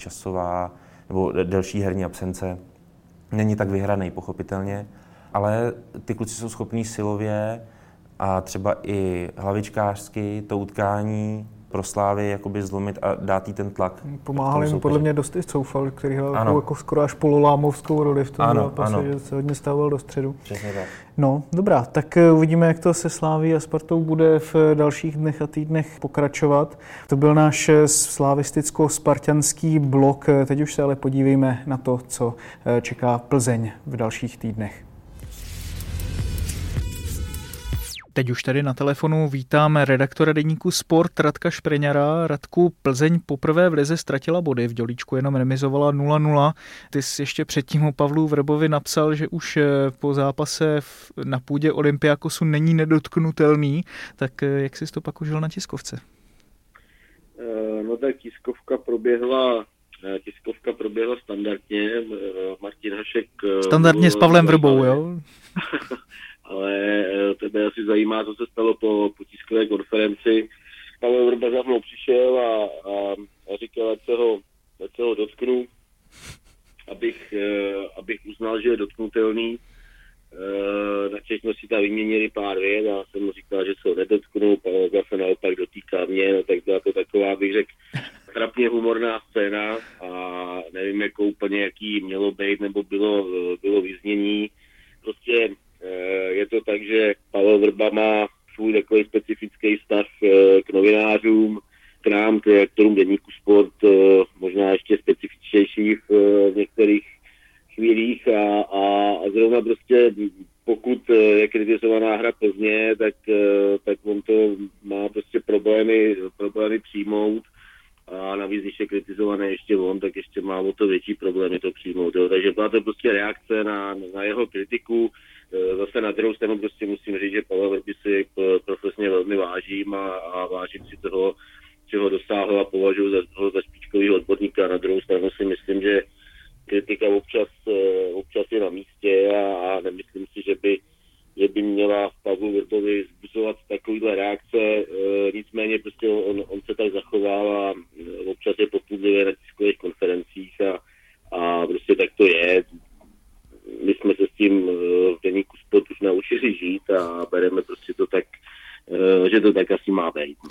delší herní absence. Není tak vyhraný, pochopitelně, ale ty kluci jsou schopní silově a třeba i hlavičkářsky to utkání pro Slávy jakoby zlomit a dát jí ten tlak. Pomáhal jim podle mě dost i Coufal, který hrál jako skoro až pololámovskou roli v tom zápase, že se hodně stával do středu. Přesně tak. No, dobrá, tak uvidíme, jak to se Slaví a Spartou bude v dalších dnech a týdnech pokračovat. To byl náš slavisticko-spartanský blok. Teď už se ale podívejme na to, co čeká Plzeň v dalších týdnech. Teď už tady na telefonu vítáme redaktora deníku Sport Radka Špreňara. Radku, Plzeň poprvé v lize ztratila body, v Dělíčku jenom remizovala 0-0. Ty jsi ještě předtím o Pavlu Vrbovi napsal, že už po zápase na půdě Olympiakosu není nedotknutelný. Tak jak jsi to pak užil na tiskovce? No tak tiskovka proběhla standardně. Martin Hašek... Standardně s Pavlem Vrbou, jo? Ale tebe asi zajímá, co se stalo po tiskové konferenci. Pavel Vrba za mnou přišel a říkal, ať se ho dotknu, abych uznal, že je dotknutelný. Načež jsme si tam vyměnili pár vět a jsem mu říkal, že se ho nedotknu, Pavel Vrba se naopak dotýká mě, no tak byla to taková, bych řekl, trapně humorná scéna a nevím, jako úplně, jaký mělo být, nebo bylo vyznění. Prostě je to tak, že Pavel Vrba má svůj takový specifický vztah k novinářům, k redaktorům deníku Sport, možná ještě specifičtějších v některých chvílích a zrovna prostě pokud je kritizovaná hra Plzně, tak on to má prostě problémy přijmout a navíc, když je kritizovaný ještě on, tak ještě má o to větší problémy to přijmout. Jo. Takže byla to prostě reakce na jeho kritiku. Zase na druhou stranu prostě musím říct, že Pavla Vrby si profesně velmi vážím a vážím si toho, čeho dosáhl a považuji za špičkovýho odborníka. Na druhou stranu si myslím, že kritika občas je na místě a nemyslím si, že by měla v Pavlu Vrbovi vzbuzovat takovýhle reakce. Nicméně prostě on se tak zachoval a občas je popudlivý na tiskových konferencích a prostě tak to je. My jsme se s tím v deníku Sport už naučili žít a bereme prostě to tak, že to tak asi má být.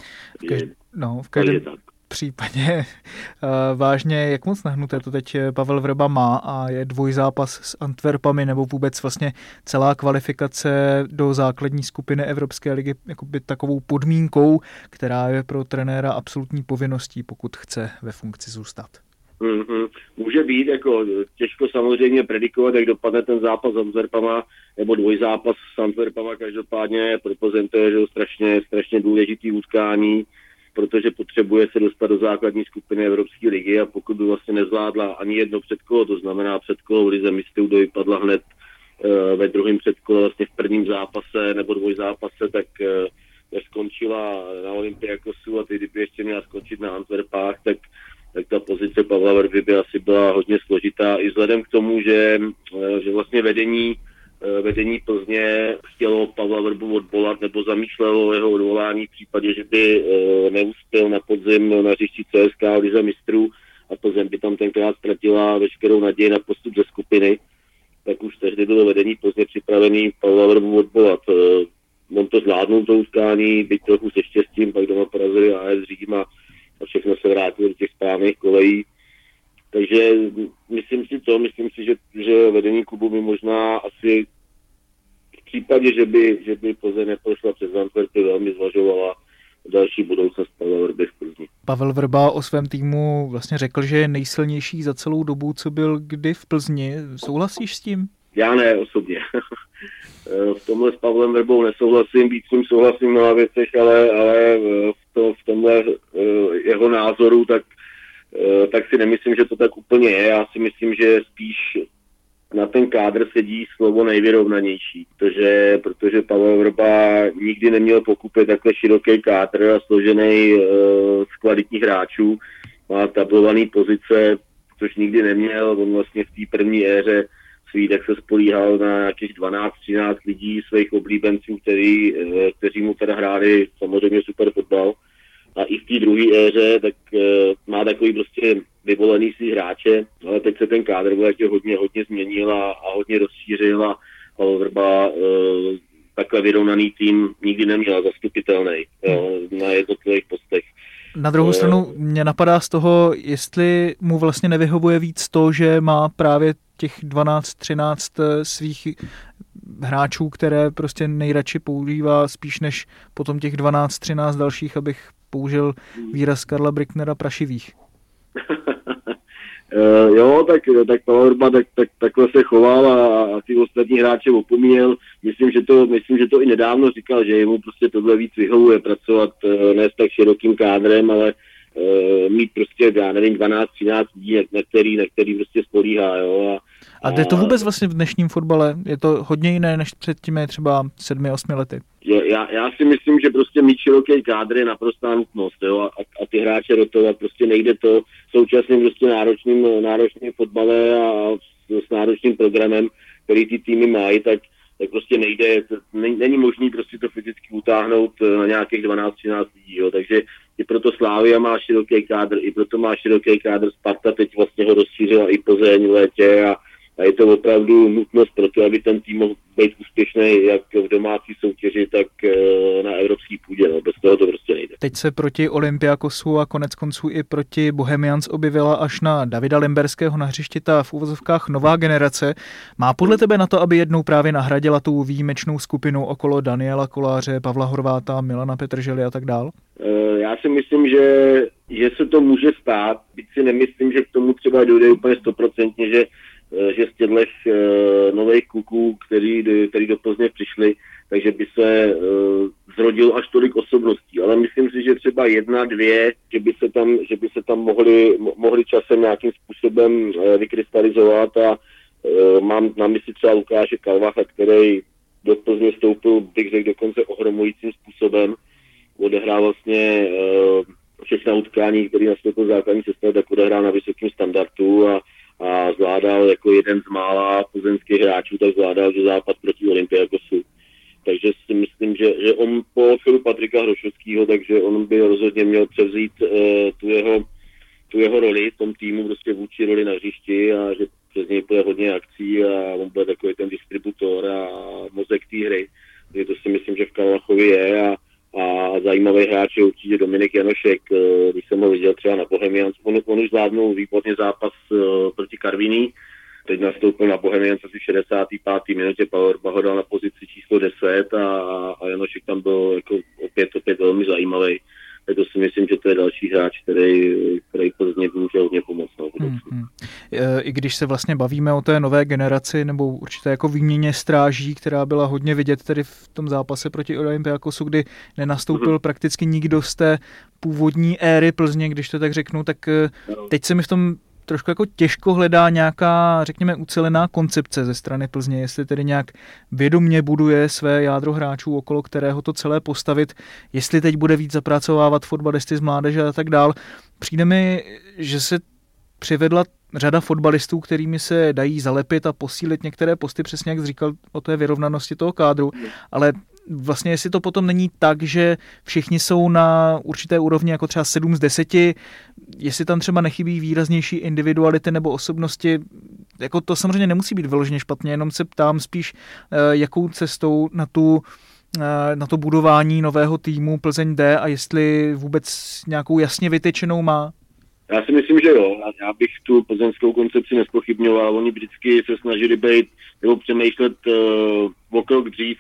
V každém případě vážně, jak moc nahnuté to teď Pavel Vrba má a je dvojzápas s Antwerpami nebo vůbec vlastně celá kvalifikace do základní skupiny Evropské ligy jakoby takovou podmínkou, která je pro trenéra absolutní povinností, pokud chce ve funkci zůstat. Může být, jako těžko samozřejmě predikovat, jak dopadne ten zápas s Antwerpama, nebo dvojzápas s Antwerpama, každopádně pro Plzeň to je strašně důležitý utkání, protože potřebuje se dostat do základní skupiny Evropské ligy a pokud by vlastně nezvládla ani jedno předkolo, to znamená předkolo v lize mistrů, kdo vypadla hned ve druhém předkole vlastně v prvním zápase nebo dvojzápase, tak skončila na Olympiakosu a teď kdyby ještě měla skončit na Antwerpách, tak ta pozice Pavla Vrby by asi byla hodně složitá i vzhledem k tomu, že vlastně vedení Plzně chtělo Pavla Vrbu odvolat nebo zamýšlelo jeho odvolání v případě, že by neuspěl na podzim na hřišti CSKA v lize mistrů a Plzeň by tam tenkrát ztratila veškerou naději na postup ze skupiny, tak už tehdy bylo vedení Plzně připravený Pavla Vrbu odvolat. On to zvládnul to utkání, byť trochu se štěstím, pak doma porazili AS Řím a všechno se vrátilo do těch správných kolejí. Takže myslím si, že vedení klubu by možná asi v případě, že by Plzeň neprošla přes Antwerpy, velmi zvažovala další budoucnost Pavla Vrby v Plzni. Pavel Vrba o svém týmu vlastně řekl, že je nejsilnější za celou dobu, co byl kdy v Plzni. Souhlasíš s tím? Já ne, osobně. V tomhle s Pavlem Vrbou nesouhlasím, víc s ním souhlasím na věcech, ale v tomhle jeho názoru, tak si nemyslím, že to tak úplně je. Já si myslím, že spíš na ten kádr sedí slovo nejvyrovnanější, protože Pavel Vrba nikdy neměl pokupit takhle široký kádr a složený z kvalitních hráčů. Má tablovaný pozice, což nikdy neměl. On vlastně v té první éře tak se spolíhal na nějakých 12-13 lidí svých oblíbenců, kteří mu teda hráli samozřejmě super fotbal. A i v té druhé éře tak má takový prostě vyvolený si hráče, ale teď se ten kádr hodně změnil a hodně rozšířil a Pavel Vrba takhle vyrovnaný tým nikdy neměl zastupitelný na jednotlivých postech. Na druhou stranu mě napadá z toho, jestli mu vlastně nevyhovuje víc to, že má právě těch 12-13 svých hráčů, které prostě nejradši používá spíš než potom těch 12-13 dalších, abych použil výraz Karla Bricknera, prašivých. Jo, tak Pavel Vrba takhle se choval a ty ostatní hráče opomíjel. Myslím, že to i nedávno říkal, že jemu prostě tohle víc vyhovuje pracovat ne s tak širokým kádrem, ale mít prostě, já nevím, 12-13 lidí, na který prostě spolíhá, jo. A jde to vůbec vlastně v dnešním fotbale? Je to hodně jiné, než před těmi třeba 7-8 lety? Já si myslím, že prostě mít široký kádr je naprostá nutnost, jo, a ty hráče rotovat, prostě nejde to současným prostě náročným fotbale a s náročným programem, který ty týmy mají, tak prostě nejde, není možný prostě to fyzicky utáhnout na nějakých 12-13 lidí, jo, takže i proto Slavia má široký kádr, i proto má široký kádr Sparta, teď vlastně ho rozšířila i Plzeň v létě a a je to opravdu nutnost pro to, aby ten tým mohl být úspěšný jak v domácí soutěži, tak na evropský půdě. No. Bez toho to prostě nejde. Teď se proti Olympiakosu a konec konců i proti Bohemians objevila až na Davida Limberského na hřišti ta v uvozovkách nová generace. Má podle tebe na to, aby jednou právě nahradila tu výjimečnou skupinu okolo Daniela Koláře, Pavla Horváta, Milana Petržely a tak dál? Já si myslím, že se to může stát, byť si nemyslím, že k tomu třeba dojde úplně 100%, že z těchto nových kluků, který do Plzně přišli, takže by se zrodilo až tolik osobností. Ale myslím si, že třeba 1, 2, že by se tam mohli časem nějakým způsobem vykrystalizovat a mám na mysli třeba Lukáše Kalvacha, který do Plzně vstoupil, bych řekl, dokonce ohromujícím způsobem. Odehrál vlastně všechna utkání, který nastoupil základní sestav, tak odehrál na vysokém standardu a zvládal jako jeden z mála plzeňských hráčů, tak zvládal zápas proti Olympiakosu. Takže si myslím, že on po odchodu Patrika Hrošovského, takže on by rozhodně měl převzít tu jeho roli v tom týmu, prostě vůči roli na hřišti a že přes něj bude hodně akcí a on bude takový ten distributor a mozek té hry. Takže to si myslím, že v Kalvachově je a zajímavý hráč je určitě Dominik Janošek, když jsem ho viděl třeba na Bohemians. On už zvládnul výborně zápas proti Karviní. Teď nastoupil na Bohemians asi v 65. minutě, Pavel ho dal na pozici číslo 10 a Janošek tam byl jako opět velmi zajímavý. Tak to si myslím, že to je další hráč, který Plzně může hodně pomoct. I když se vlastně bavíme o té nové generaci nebo určité jako výměně stráží, která byla hodně vidět tedy v tom zápase proti Olympiakosu, kdy nenastoupil prakticky nikdo z té původní éry Plzně, když to tak řeknu, tak teď se mi v tom trošku jako těžko hledá nějaká, řekněme, ucelená koncepce ze strany Plzně, jestli tedy nějak vědomě buduje své jádro hráčů, okolo kterého to celé postavit, jestli teď bude víc zapracovávat fotbalisty z mládeže a tak dál. Přijde mi, že se přivedla řada fotbalistů, kterými se dají zalepit a posílit některé posty, přesně jak jsi říkal o té vyrovnanosti toho kádru, ale vlastně jestli to potom není tak, že všichni jsou na určité úrovni jako třeba 7 z 10, jestli tam třeba nechybí výraznější individuality nebo osobnosti, jako to samozřejmě nemusí být vyloženě špatně, jenom se ptám spíš, jakou cestou na to budování nového týmu Plzeň jde a jestli vůbec nějakou jasně vytyčenou má. Já si myslím, že jo. Já bych tu plzeňskou koncepci nespochybňoval. Oni vždycky se snažili být nebo přemýšlet o krok dřív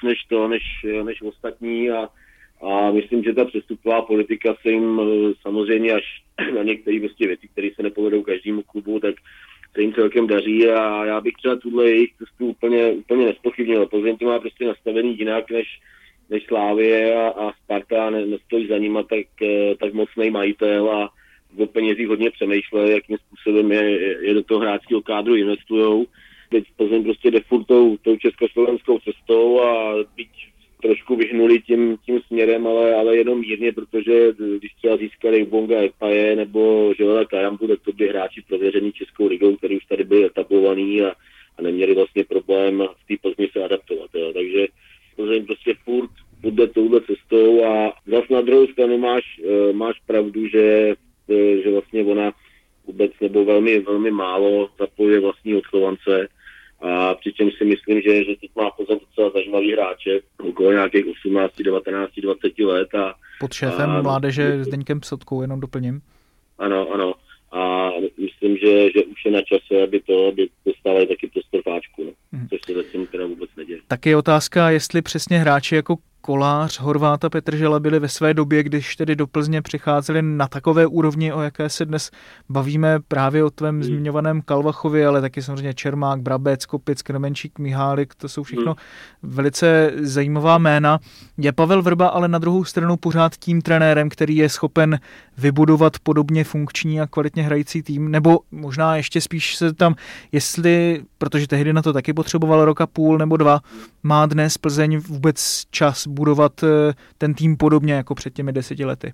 než ostatní a myslím, že ta přestupová politika se jim samozřejmě až na některé prostě věci, které se nepovedou každému klubu, tak se jim celkem daří a já bych třeba tuhle jejich cestu úplně nespochybnil. Plzeň to má prostě nastavený jinak než Slavie a Sparta nestojí za nima tak mocný majitel a o penězích hodně přemýšleli, jakým způsobem je do toho hráčského kádru investujou. Teď Plzeň prostě jde furt tou československou cestou a byť trošku vyhnuli tím směrem, ale jenom mírně, protože když třeba získali Bonga Epaje nebo Joela Kajambu, tak to byli hráči prověřený Českou ligou, který už tady byli etablovaný a neměli vlastně problém v té Plzni se adaptovat. Jo. Takže Plzeň prostě furt jde touhle cestou a zase na druhou stranu máš pravdu, že vlastně ona vůbec nebo velmi, velmi málo zapojuje vlastní odchovance a přičemž si myslím, že teď má Plzeň docela zajímavý hráče, okolo nějakých 18, 19, 20 let. Pod šéfem mládeže Zdeňkem Psotkou, jenom doplním. Ano. A myslím, že už je na čase, aby dostávali taky prostor fáčku, no. Což se zatím teda vůbec neděje. Tak je otázka, jestli přesně hráči jako Kolář, Horváth a Petržela byli ve své době, když tedy do Plzně přicházeli na takové úrovni, o jaké se dnes bavíme právě o tvém zmiňovaném Kalvachovi, ale taky samozřejmě Čermák, Brabec, Kopic, Kremenčík, Mihálik, to jsou všechno velice zajímavá jména. Je Pavel Vrba ale na druhou stranu pořád tím trenérem, který je schopen vybudovat podobně funkční a kvalitně hrající tým, nebo možná ještě spíš se tam, jestli, protože tehdy na to taky potřeboval rok a půl nebo 2, má dnes Plzeň vůbec čas budovat ten tým podobně jako před těmi 10 lety?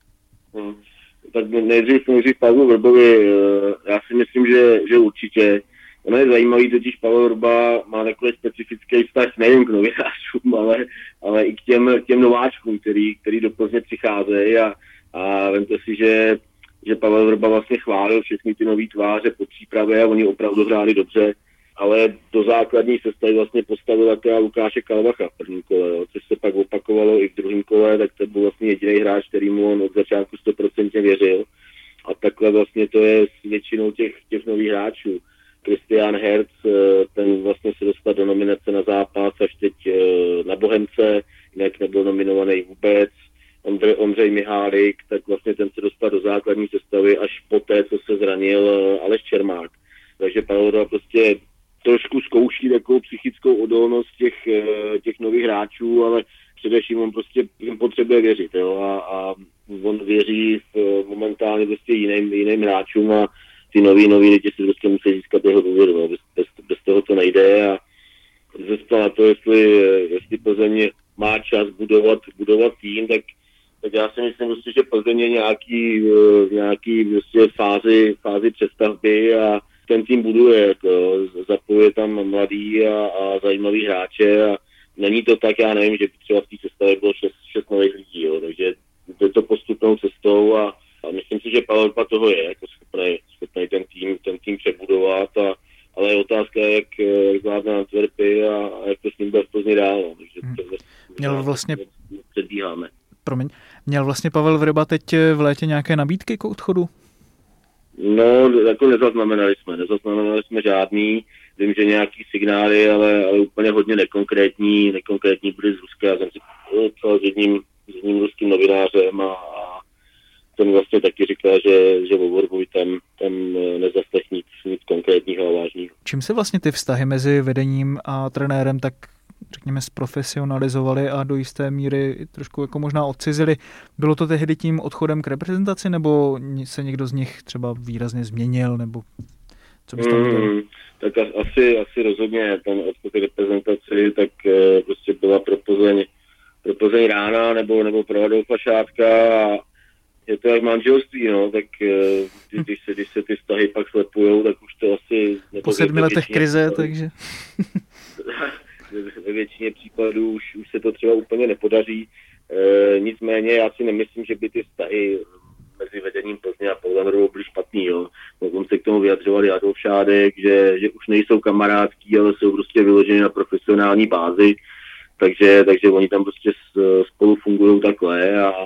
Tak nejdřív Pavlu Vrbovi, já si myslím, že určitě. Ono je zajímavý, totiž Pavel Vrba má takový specifický vztah nejen k novinářům, ale i k těm nováčkům, který do Plzně přicházejí a vemte si, že Pavel Vrba vlastně chválil všechny ty nový tváře po přípravě a oni opravdu hráli dobře ale do základní sestavy vlastně postavil taková Lukáše Kalvacha v prvním kole, jo, což se pak opakovalo i v druhém kole, tak to byl vlastně jediný hráč, kterýmu on od začátku 100% věřil. A takhle vlastně to je s většinou těch nových hráčů. Christian Herz, ten vlastně se dostal do nominace na zápas až teď na Bohemce, jinak nebyl nominovaný vůbec. Ondřej Mihálik, tak vlastně ten se dostal do základní sestavy až poté, co se zranil Aleš Čermák. Takže Pavel Vrba prostě trošku zkouší takovou psychickou odolnost těch nových hráčů, ale především on prostě jim potřebuje věřit, jo, a on věří momentálně prostě jiným hráčům a ty nový lidi si prostě musí získat jeho důvěru, no. Bez toho to nejde a zůstal na to, jestli Plzeň má čas budovat tým, tak já si myslím, prostě, že Plzeň je nějaký prostě fázi přestavby a ten tým buduje, jako, zapojuje tam mladý a zajímavý hráče a není to tak, já nevím, že třeba v té sestavě bylo 6 nových lidí, jo, takže je to postupnou cestou a myslím si, že Pavel Vrba toho je jako schopný ten tým přebudovat, ale je otázka, jak zvládne Antwerpy a jak to s ním bude v Plzni dál, takže předbíháme. Měl vlastně Pavel Vrba teď v létě nějaké nabídky k odchodu? No, jako nezaznamenali jsme žádný. Vím, že nějaký signály, ale úplně hodně nekonkrétní byly z Ruska. Já jsem si ptal s jedním ruským novinářem a ten vlastně taky říkal, že o Vrbovi tam nezaslech nic konkrétního a vážného. Čím se vlastně ty vztahy mezi vedením a trenérem tak řekněme zprofesionalizovali a do jisté míry trošku jako možná odcizili? Bylo to tehdy tím odchodem k reprezentaci, nebo se někdo z nich třeba výrazně změnil, nebo co bys tam viděl? Tak asi rozhodně ten odchod k reprezentaci, tak prostě byla pro Plzeň rána, nebo pro Adolfa Šátka a je to jak manželství, no, tak když se ty vztahy pak slepujou, tak už to asi... Po 7 letech krize, takže... Ve většině případů už se to třeba úplně nepodaří. Nicméně já si nemyslím, že by ty vztahy mezi vedením Plzně a Pavlem Vrbou byly špatný. Jo. On se k tomu vyjadřovali Adolf Šádek, že už nejsou kamarádský, ale jsou prostě vyloženi na profesionální bázi. Takže oni tam prostě spolu fungují takhle a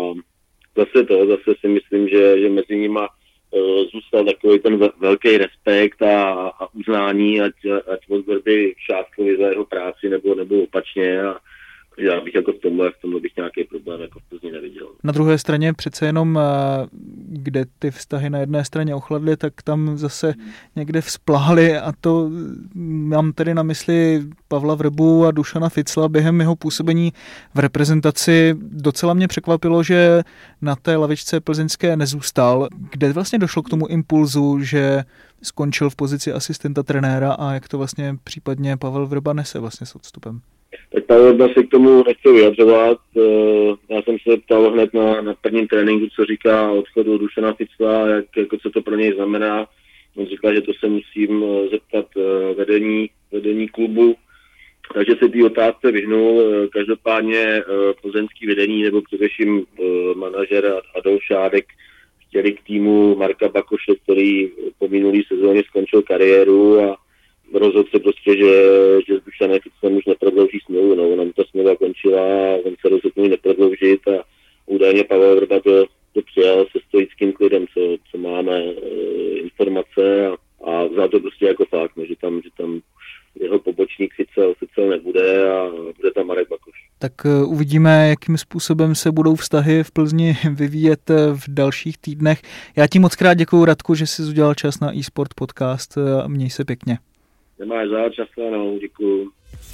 zase si myslím, že mezi nima zůstal takový ten velký respekt a uznání, ať od Vrby Šátkovi za jeho práci nebo opačně. A já bych jako v tomhle bych nějaký problém jako v Plzni neviděl. Na druhé straně přece jenom, kde ty vztahy na jedné straně ochladly, tak tam zase někde vzplály a to mám tedy na mysli Pavla Vrbu a Dušana Ficla během jeho působení v reprezentaci. Docela mě překvapilo, že na té lavičce plzeňské nezůstal. Kde vlastně došlo k tomu impulzu, že skončil v pozici asistenta trenéra a jak to vlastně případně Pavel Vrba nese vlastně s odstupem? Tak Pavel Vrba se k tomu nechce vyjadřovat. Já jsem se ptal hned na prvním tréninku, co říká o odchodu Dušana Ficla, jako co to pro něj znamená. On říká, že to se musím zeptat vedení klubu. Takže se té otázce vyhnul. Každopádně plzeňský vedení nebo především manažer Adolf Šádek chtěli k týmu Marka Bakoše, který po minulý sezóně skončil kariéru a rozhodl se prostě, že s Dušanem Ficlem už neprodlouží smlouvu. No, ona mu ta smlouva končila a on se rozhodl ji neprodloužit a údajně Pavel Vrba to přijal se stoickým klidem, co máme informace a vzal to prostě jako fakt, no, že tam jeho pobočník Ficel nebude a bude tam Marek Bakoš. Tak uvidíme, jakým způsobem se budou vztahy v Plzni vyvíjet v dalších týdnech. Já ti moc krát děkuju, Radku, že jsi udělal čas na eSport podcast a měj se pěkně. Nemáš čas, no, děkuju.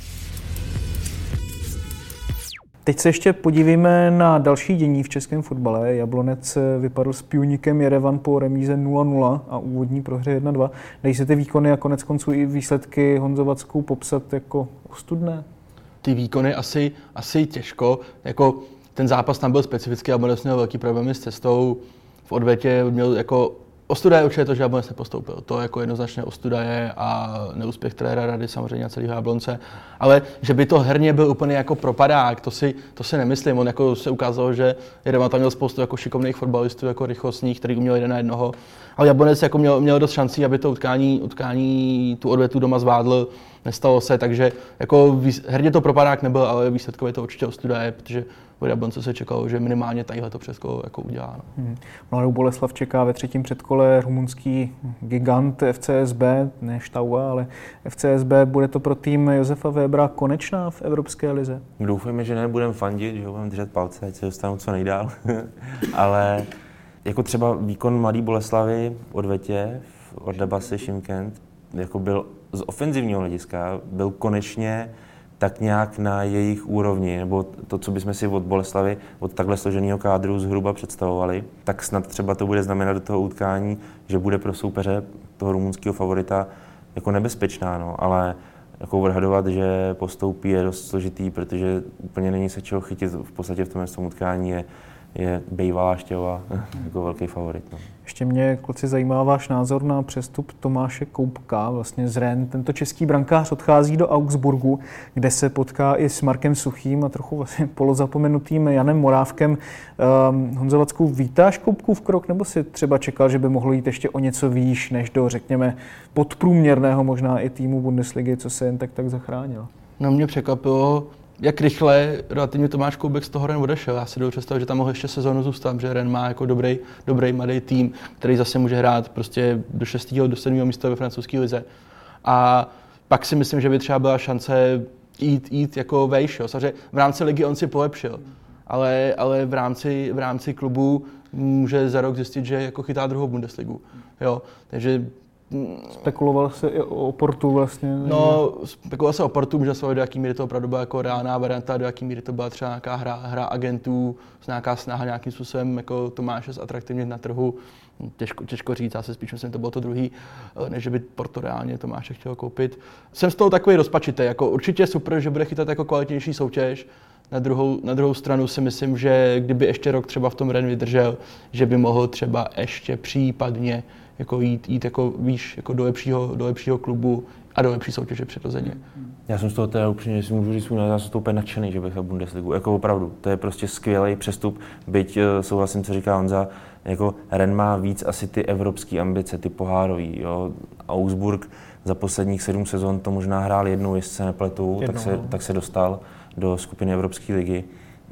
Teď se ještě podívejme na další dění v českém fotbale. Jablonec vypadl s Pionikem Jerevan po remíze 0-0 a úvodní prohře 1-2. Dají se ty výkony a konec konců i výsledky Honzo Vackou popsat jako ostudné? Ty výkony asi těžko. Jako ten zápas tam byl specifický, Jablonec měl velký problémy s cestou. V odvetě měl jako Ostuda je určitě to, že Jablonec nepostoupil. To jako jednoznačně ostuda je a neúspěch trenéra Rady samozřejmě a celého Jablonce. Ale že by to herně byl úplně jako propadák, to si nemyslím. On jako se ukázalo, že Jerevan tam měl spoustu jako šikovných fotbalistů, jako rychlostních, který uměl jeden na jednoho. Ale Jablonec jako měl dost šancí, aby to utkání tu odvetu doma zvládl. Nestalo se, takže jako herně to propadák nebyl, ale výsledkově to určitě ostuda je, protože od Jablonce se čekalo, že minimálně tadyhle to přeskolo jako udělá. No. Mladou Boleslav čeká ve třetím předkole rumunský gigant FCSB, ne Štauva, ale FCSB. Bude to pro tým Josefa Webera konečná v Evropské lize? Doufujeme, že nebudeme fandit, že ho budeme držet palce, ať se dostanou co nejdál. Ale jako třeba výkon Mladé Boleslavy odvetě od Debasy Šimkent jako byl z ofenzivního hlediska, byl konečně tak nějak na jejich úrovni, nebo to, co bychom si od Boleslavy, od takhle složeného kádru zhruba představovali, tak snad třeba to bude znamenat do toho utkání, že bude pro soupeře toho rumunského favorita jako nebezpečná, no, ale jako odhadovat, že postoupí, je dost složitý, protože úplně není se čeho chytit v podstatě v tom utkání, je bývalá Štěva jako velký favorit. No. Ještě mě, kluci, zajímá váš názor na přestup Tomáše Koubka, vlastně z Rennes. Tento český brankář odchází do Augsburgu, kde se potká i s Markem Suchým a trochu vlastně polozapomenutým Janem Morávkem. Honzo Vacku, vítáš Koubkův krok, nebo si třeba čekal, že by mohlo jít ještě o něco výš, než do, řekněme, podprůměrného možná i týmu Bundesligy, co se jen tak zachránil? No, mě překvapilo, jak rychle relativně Tomáš Koubek z toho Rennes odešel. Já si dovedu představit, že tam mohl ještě sezónu zůstat, že Rennes má jako dobrý mladý tým, který zase může hrát prostě do 6. do 7. místa ve francouzské lize. A pak si myslím, že by třeba byla šance jít jako vejš. Samozřejmě v rámci ligy on si polepšil, ale v rámci klubu může za rok zjistit, že jako chytá druhou Bundesligu. Jo, takže spekuloval se i o Portu vlastně? No, spekuloval se o Portu, může se do jaký míry to opravdu byla jako reálná varianta, do jaký míry to byla třeba nějaká hra agentů, nějaká snaha nějakým způsobem jako Tomáše zatraktivnit na trhu. Těžko říct, já se spíš myslím, že to bylo to druhý, než by Porto reálně Tomáše chtěl koupit. Jsem z toho takový rozpačitý, jako určitě super, že bude chytat jako kvalitnější soutěž. Na druhou stranu si myslím, že kdyby ještě rok třeba v tom Rennes vydržel, že by mohl třeba ještě případně jako jít jako výš, jako do lepšího klubu a do lepší soutěže přirozeně. Já jsem z toho teda upřímně, jestli můžu říct, já jsem to úplně nadšený, že bych v Bundesligu. Jako opravdu, to je prostě skvělý přestup, byť souhlasím, co říká Honza, jako Rennes má víc asi ty evropské ambice, ty pohárový, jo. Augsburg za posledních 7 sezon to možná hrál jednou, jestli se nepletu, tak se dostal do skupiny Evropské ligy.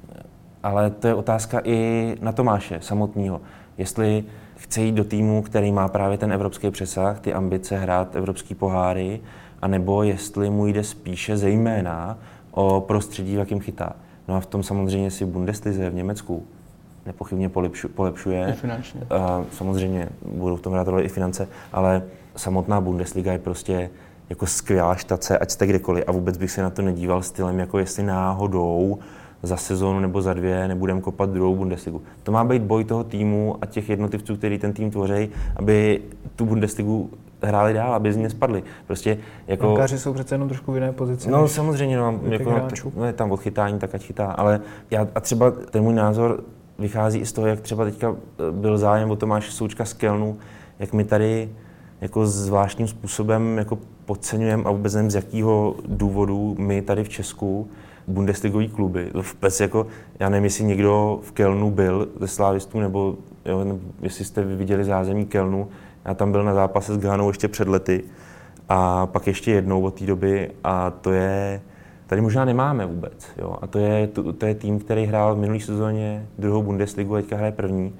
Ale to je otázka i na Tomáše samotného. Jestli chce jít do týmu, který má právě ten evropský přesah, ty ambice hrát evropský poháry, anebo jestli mu jde spíše zejména o prostředí, v jakém chytá. No a v tom samozřejmě si Bundeslize v Německu nepochybně polepšuje. I finančně. Samozřejmě budou v tom hrát roli i finance, ale samotná Bundesliga je prostě jako skvělá štace, ať jste kdekoliv. A vůbec bych se na to nedíval stylem, jako jestli náhodou za sezónu nebo za 2 nebudeme kopat druhou Bundesligu. To má být boj toho týmu a těch jednotlivců, který ten tým tvoří, aby tu Bundesligu hráli dál, aby z ní nespadli. Prostě jako brankáři jsou přece jenom trošku v jiné pozici. No samozřejmě, je tam odchytání, tak ať chytá, ale a třeba ten můj názor vychází i z toho, jak třeba teďka byl zájem o Tomáše Součka z Kelnu, jak my tady jako zvláštním způsobem jako podceňujeme a vůbec nevím z jakého důvodu my tady v Česku Bundesligový kluby. Vůbec jako, já nevím, jestli někdo v Kelnu byl ze slávistů, nebo jestli jste viděli zázemí Kelnu. Já tam byl na zápase s Ghanou ještě před lety a pak ještě jednou od té doby a to je, tady možná nemáme vůbec. Jo? A to je tým, který hrál v minulé sezóně druhou Bundesligu a teďka hraje první.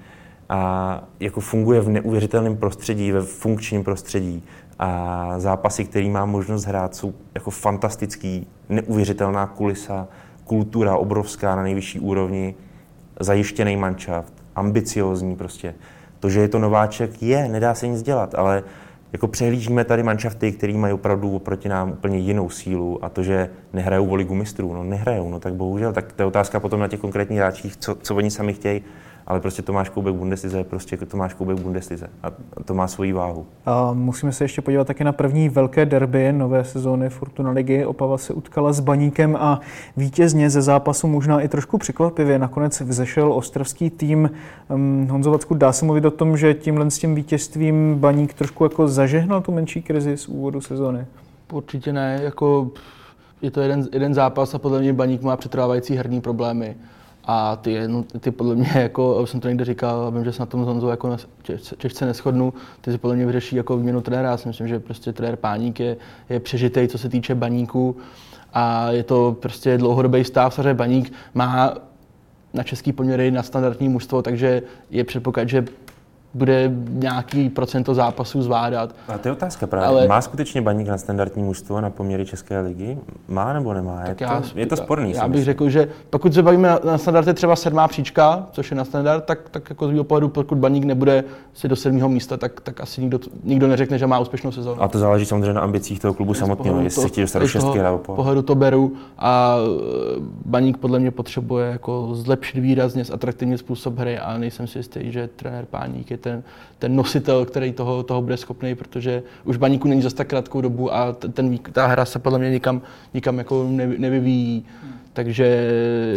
A jako funguje v neuvěřitelném prostředí, ve funkčním prostředí. A zápasy, který má možnost hrát, jsou jako fantastický, neuvěřitelná kulisa, kultura obrovská na nejvyšší úrovni, zajištěný manšaft, ambiciózní prostě. To, že je to nováček, nedá se nic dělat, ale jako přehlížíme tady manšafty, který mají opravdu oproti nám úplně jinou sílu a to, že nehrajou o ligu mistrů, nehrajou, tak bohužel, tak to je otázka potom na těch konkrétních hráčích, co oni sami chtějí, ale prostě Tomáš Koubek Bundeslize je prostě Tomáš Koubek Bundeslize a to má svoji váhu. A musíme se ještě podívat taky na první velké derby nové sezóny Fortuna ligy. Opava se utkala s Baníkem a vítězně ze zápasu možná i trošku překvapivě nakonec vzešel ostravský tým. Honzo Vacku, dá se mluvit o tom, že tímhle s tím vítězstvím Baník trošku jako zažehnal tu menší krizi z úvodu sezóny? Určitě ne, jako je to jeden zápas a podle mě Baník má přetrvávající herní problémy. A ty podle mě, jako jsem to někde říkal, a vím, že se na tom s Honzou jako těžce neshodnu, ty si podle mě vyřeší jako výměnu trenéra. Já si myslím, že prostě trenér Páník je přežitej, co se týče Baníku a je to prostě dlouhodobý stav. Samozřejmě Baník má na český poměry nadstandardní mužstvo, takže je předpoklad, že bude nějaký procento zápasů zvládat. A to je otázka právě. Ale má skutečně Baník na standardní mužstvo na poměry České ligy? Má nebo nemá? Je to sporný. Já bych řekl, že pokud se bavíme na standardě třeba 7. příčka, což je na standard, tak jako z mého pohledu, pokud Baník nebude si do 7. místa, tak asi nikdo neřekne, že má úspěšnou sezónu. A to záleží samozřejmě na ambicích toho klubu samotného, jestli se chtějí dostat do 6. Z pohledu to beru a Baník podle mě potřebuje jako zlepšit výrazně, zatraktivnit způsob hry a nejsem si jistý, že trenér Páník je ten nositel, který toho bude schopný, protože už Baníku není zas tak krátkou dobu a ta hra se podle mě nikam jako nevyvíjí. Takže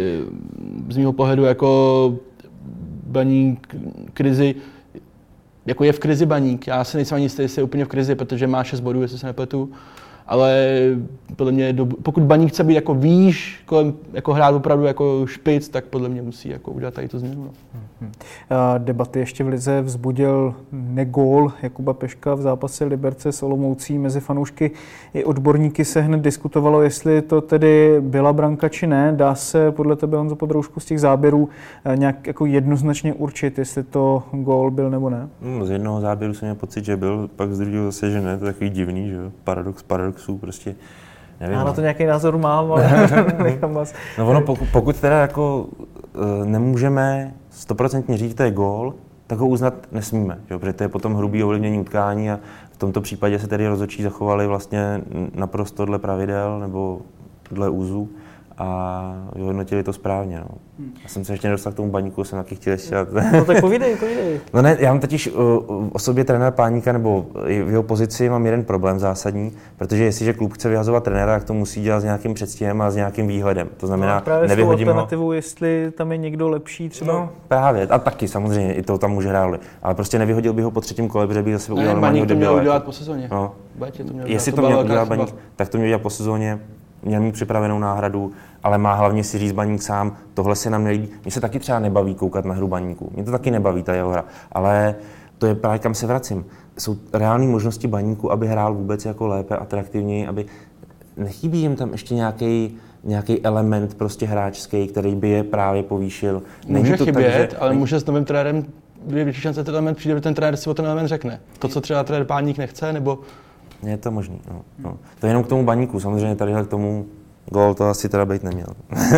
z mého pohledu jako Baník krizi, jako je v krizi Baník. Já se nejsem ani jistý, jestli je úplně v krizi, protože má 6 bodů, jestli se nepletu. Ale podle mě, pokud Baník chce být jako výš, jako hrát opravdu jako špic, tak podle mě musí jako udělat tady tu změnu. Debaty ještě v lize vzbudil negól Jakuba Peška v zápase Liberce s Olomoucí. Mezi fanoušky i odborníky se hned diskutovalo, jestli to tedy byla branka či ne. Dá se podle tebe, Honzo Podroušku, z těch záběrů nějak jako jednoznačně určit, jestli to gól byl nebo ne? Z jednoho záběru jsem měl pocit, že byl, pak z druhého zase, že ne. To je takový divný, že jo? Paradoxů, prostě nevím. Já na to nějaký názor mám, ale nechám vás. No ono, pokud teda jako nemůžeme 100% říct, že to je gól, tak ho uznat nesmíme, jo? Protože to je potom hrubý ovlivnění utkání a v tomto případě se tedy rozhodčí zachovali vlastně naprosto dle pravidel nebo dle úzu a vyhodnotili to správně. No. Já jsem se ještě nedostal k tomu Baníku, jsem taky chtěl ještě... No tak povídej. No ne, já mám totiž o sobě trenéra Páníka nebo v jeho pozici mám jeden problém zásadní, protože jestliže klub chce vyhazovat trenéra, tak to musí dělat s nějakým předstihem a s nějakým výhledem. To znamená, právě nevyhodím ho... alternativu, jestli tam je někdo lepší třeba... No, právě. A taky samozřejmě, i to tam může hrát. Ale prostě nevyhodil bych ho po 3. kole, protože bych zase udělal normálního debila. Baník to měl udělat po sezóně. No. Jestli to měl udělat Baník, tak to měl udělat po sezóně. Měl mít připravenou náhradu, ale má hlavně si říct Baník sám, tohle se nám nelíbí. Mně se taky třeba nebaví koukat na hru Baníku. Mě to taky nebaví, ta jeho hra. Ale to je právě, kam se vracím. Jsou reální možnosti Baníku, aby hrál vůbec jako lépe, atraktivněji, aby nechybí jim tam ještě nějaký element prostě hráčský, který by je právě povýšil. Může to chybět, tak, ale může s novým trenérem větší šance ten element přijde, že ten trenér si o ten element řekne. To, co třeba trenér Páník nechce, nebo... Je to možný, no. To je jenom k tomu Baníku, samozřejmě tadyhle k tomu gól to asi teda být neměl.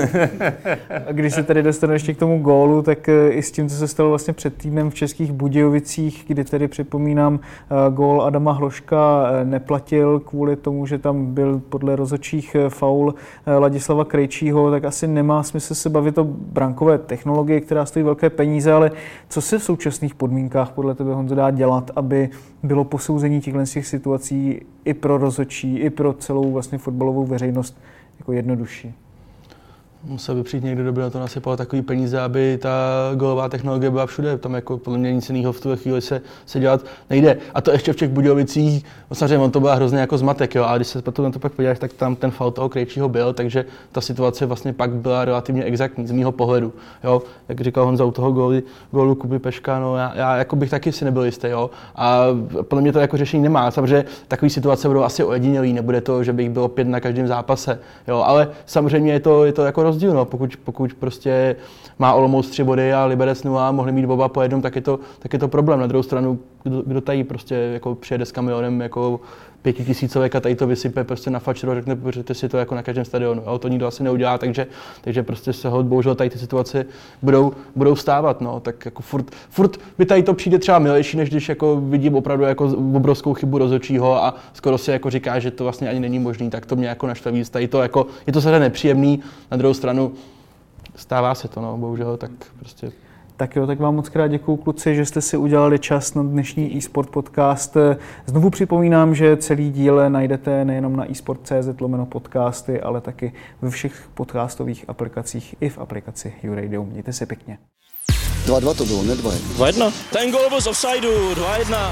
A když se tady dostanu ještě k tomu gólu, tak i s tím, co se stalo vlastně před týdnem v Českých Budějovicích, kdy tedy připomínám, gól Adama Hloška neplatil kvůli tomu, že tam byl podle rozhodčích faul Ladislava Krejčího, tak asi nemá smysl se bavit o brankové technologie, která stojí velké peníze, ale co se v současných podmínkách podle tebe, Honzo, dá dělat, aby bylo posouzení těchto situací i pro rozhodčí, i pro celou vlastně fotbalovou veřejnost jako jednodušší? Musel by přijít někdo, kdo by na to nasypal takový peníze, aby ta gólová technologie byla všude. Tam jako podle mě nic jiného v tu chvíli se dělat nejde. A to ještě v těch Budějovicích, samozřejmě on to byl hrozně jako zmatek, jo. A když se na to pak podíváš, tak tam ten faul toho Krejčího byl, takže ta situace vlastně pak byla relativně exaktní z mýho pohledu. Jo. Jak říkal Honza u toho gólu Kuby Peška, no já jako bych taky si nebyl jistý, jo. A podle mě to jako řešení nemá. Samozřejmě takové situace budou asi ojedinělý, nebude to, že by jich bylo 5 na každém zápase, jo. Ale samozřejmě je to jako rozdíl, no. Pokud prostě má Olomouc 3 body a Liberec 0 a mohli mít oba po jednom, tak je to problém. Na druhou stranu, kdo tady prostě jako přijede s kamionem jako 5000 a tady to vysype prostě na fačru a řekne, pořiďte si to jako na každém stadionu. A to nikdo asi neudělá, takže prostě se bohužel tady ty situace budou stávat, no. Tak jako furt by tady to přijde třeba milejší, než když jako vidím opravdu jako obrovskou chybu rozhodčího a skoro si jako říká, že to vlastně ani není možný, tak to mě jako naštve víc. Tady to jako, je to samozřejmě nepříjemný, na druhou stranu stává se to, no, bohužel, tak prostě. Tak jo, tak vám moc krát děkuju, kluci, že jste si udělali čas na dnešní eSport podcast. Znovu připomínám, že celý díl najdete nejenom na esport.cz/podcasty, ale taky ve všech podcastových aplikacích i v aplikaci YouRadio. Mějte se pěkně. 2-2 to bylo, ne 2-1. 2-1. Ten gol byl z offsideu, 2-1.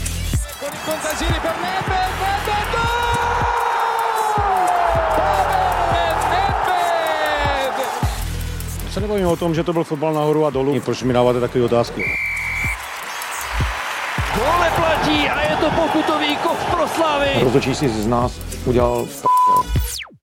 Se nebavíme o tom, že to byl fotbal nahoru a dolů. Proč mi dáváte takové otázky? Gól neplatí a je to pokutový kov pro Slavii. Rozhodčí si z nás udělal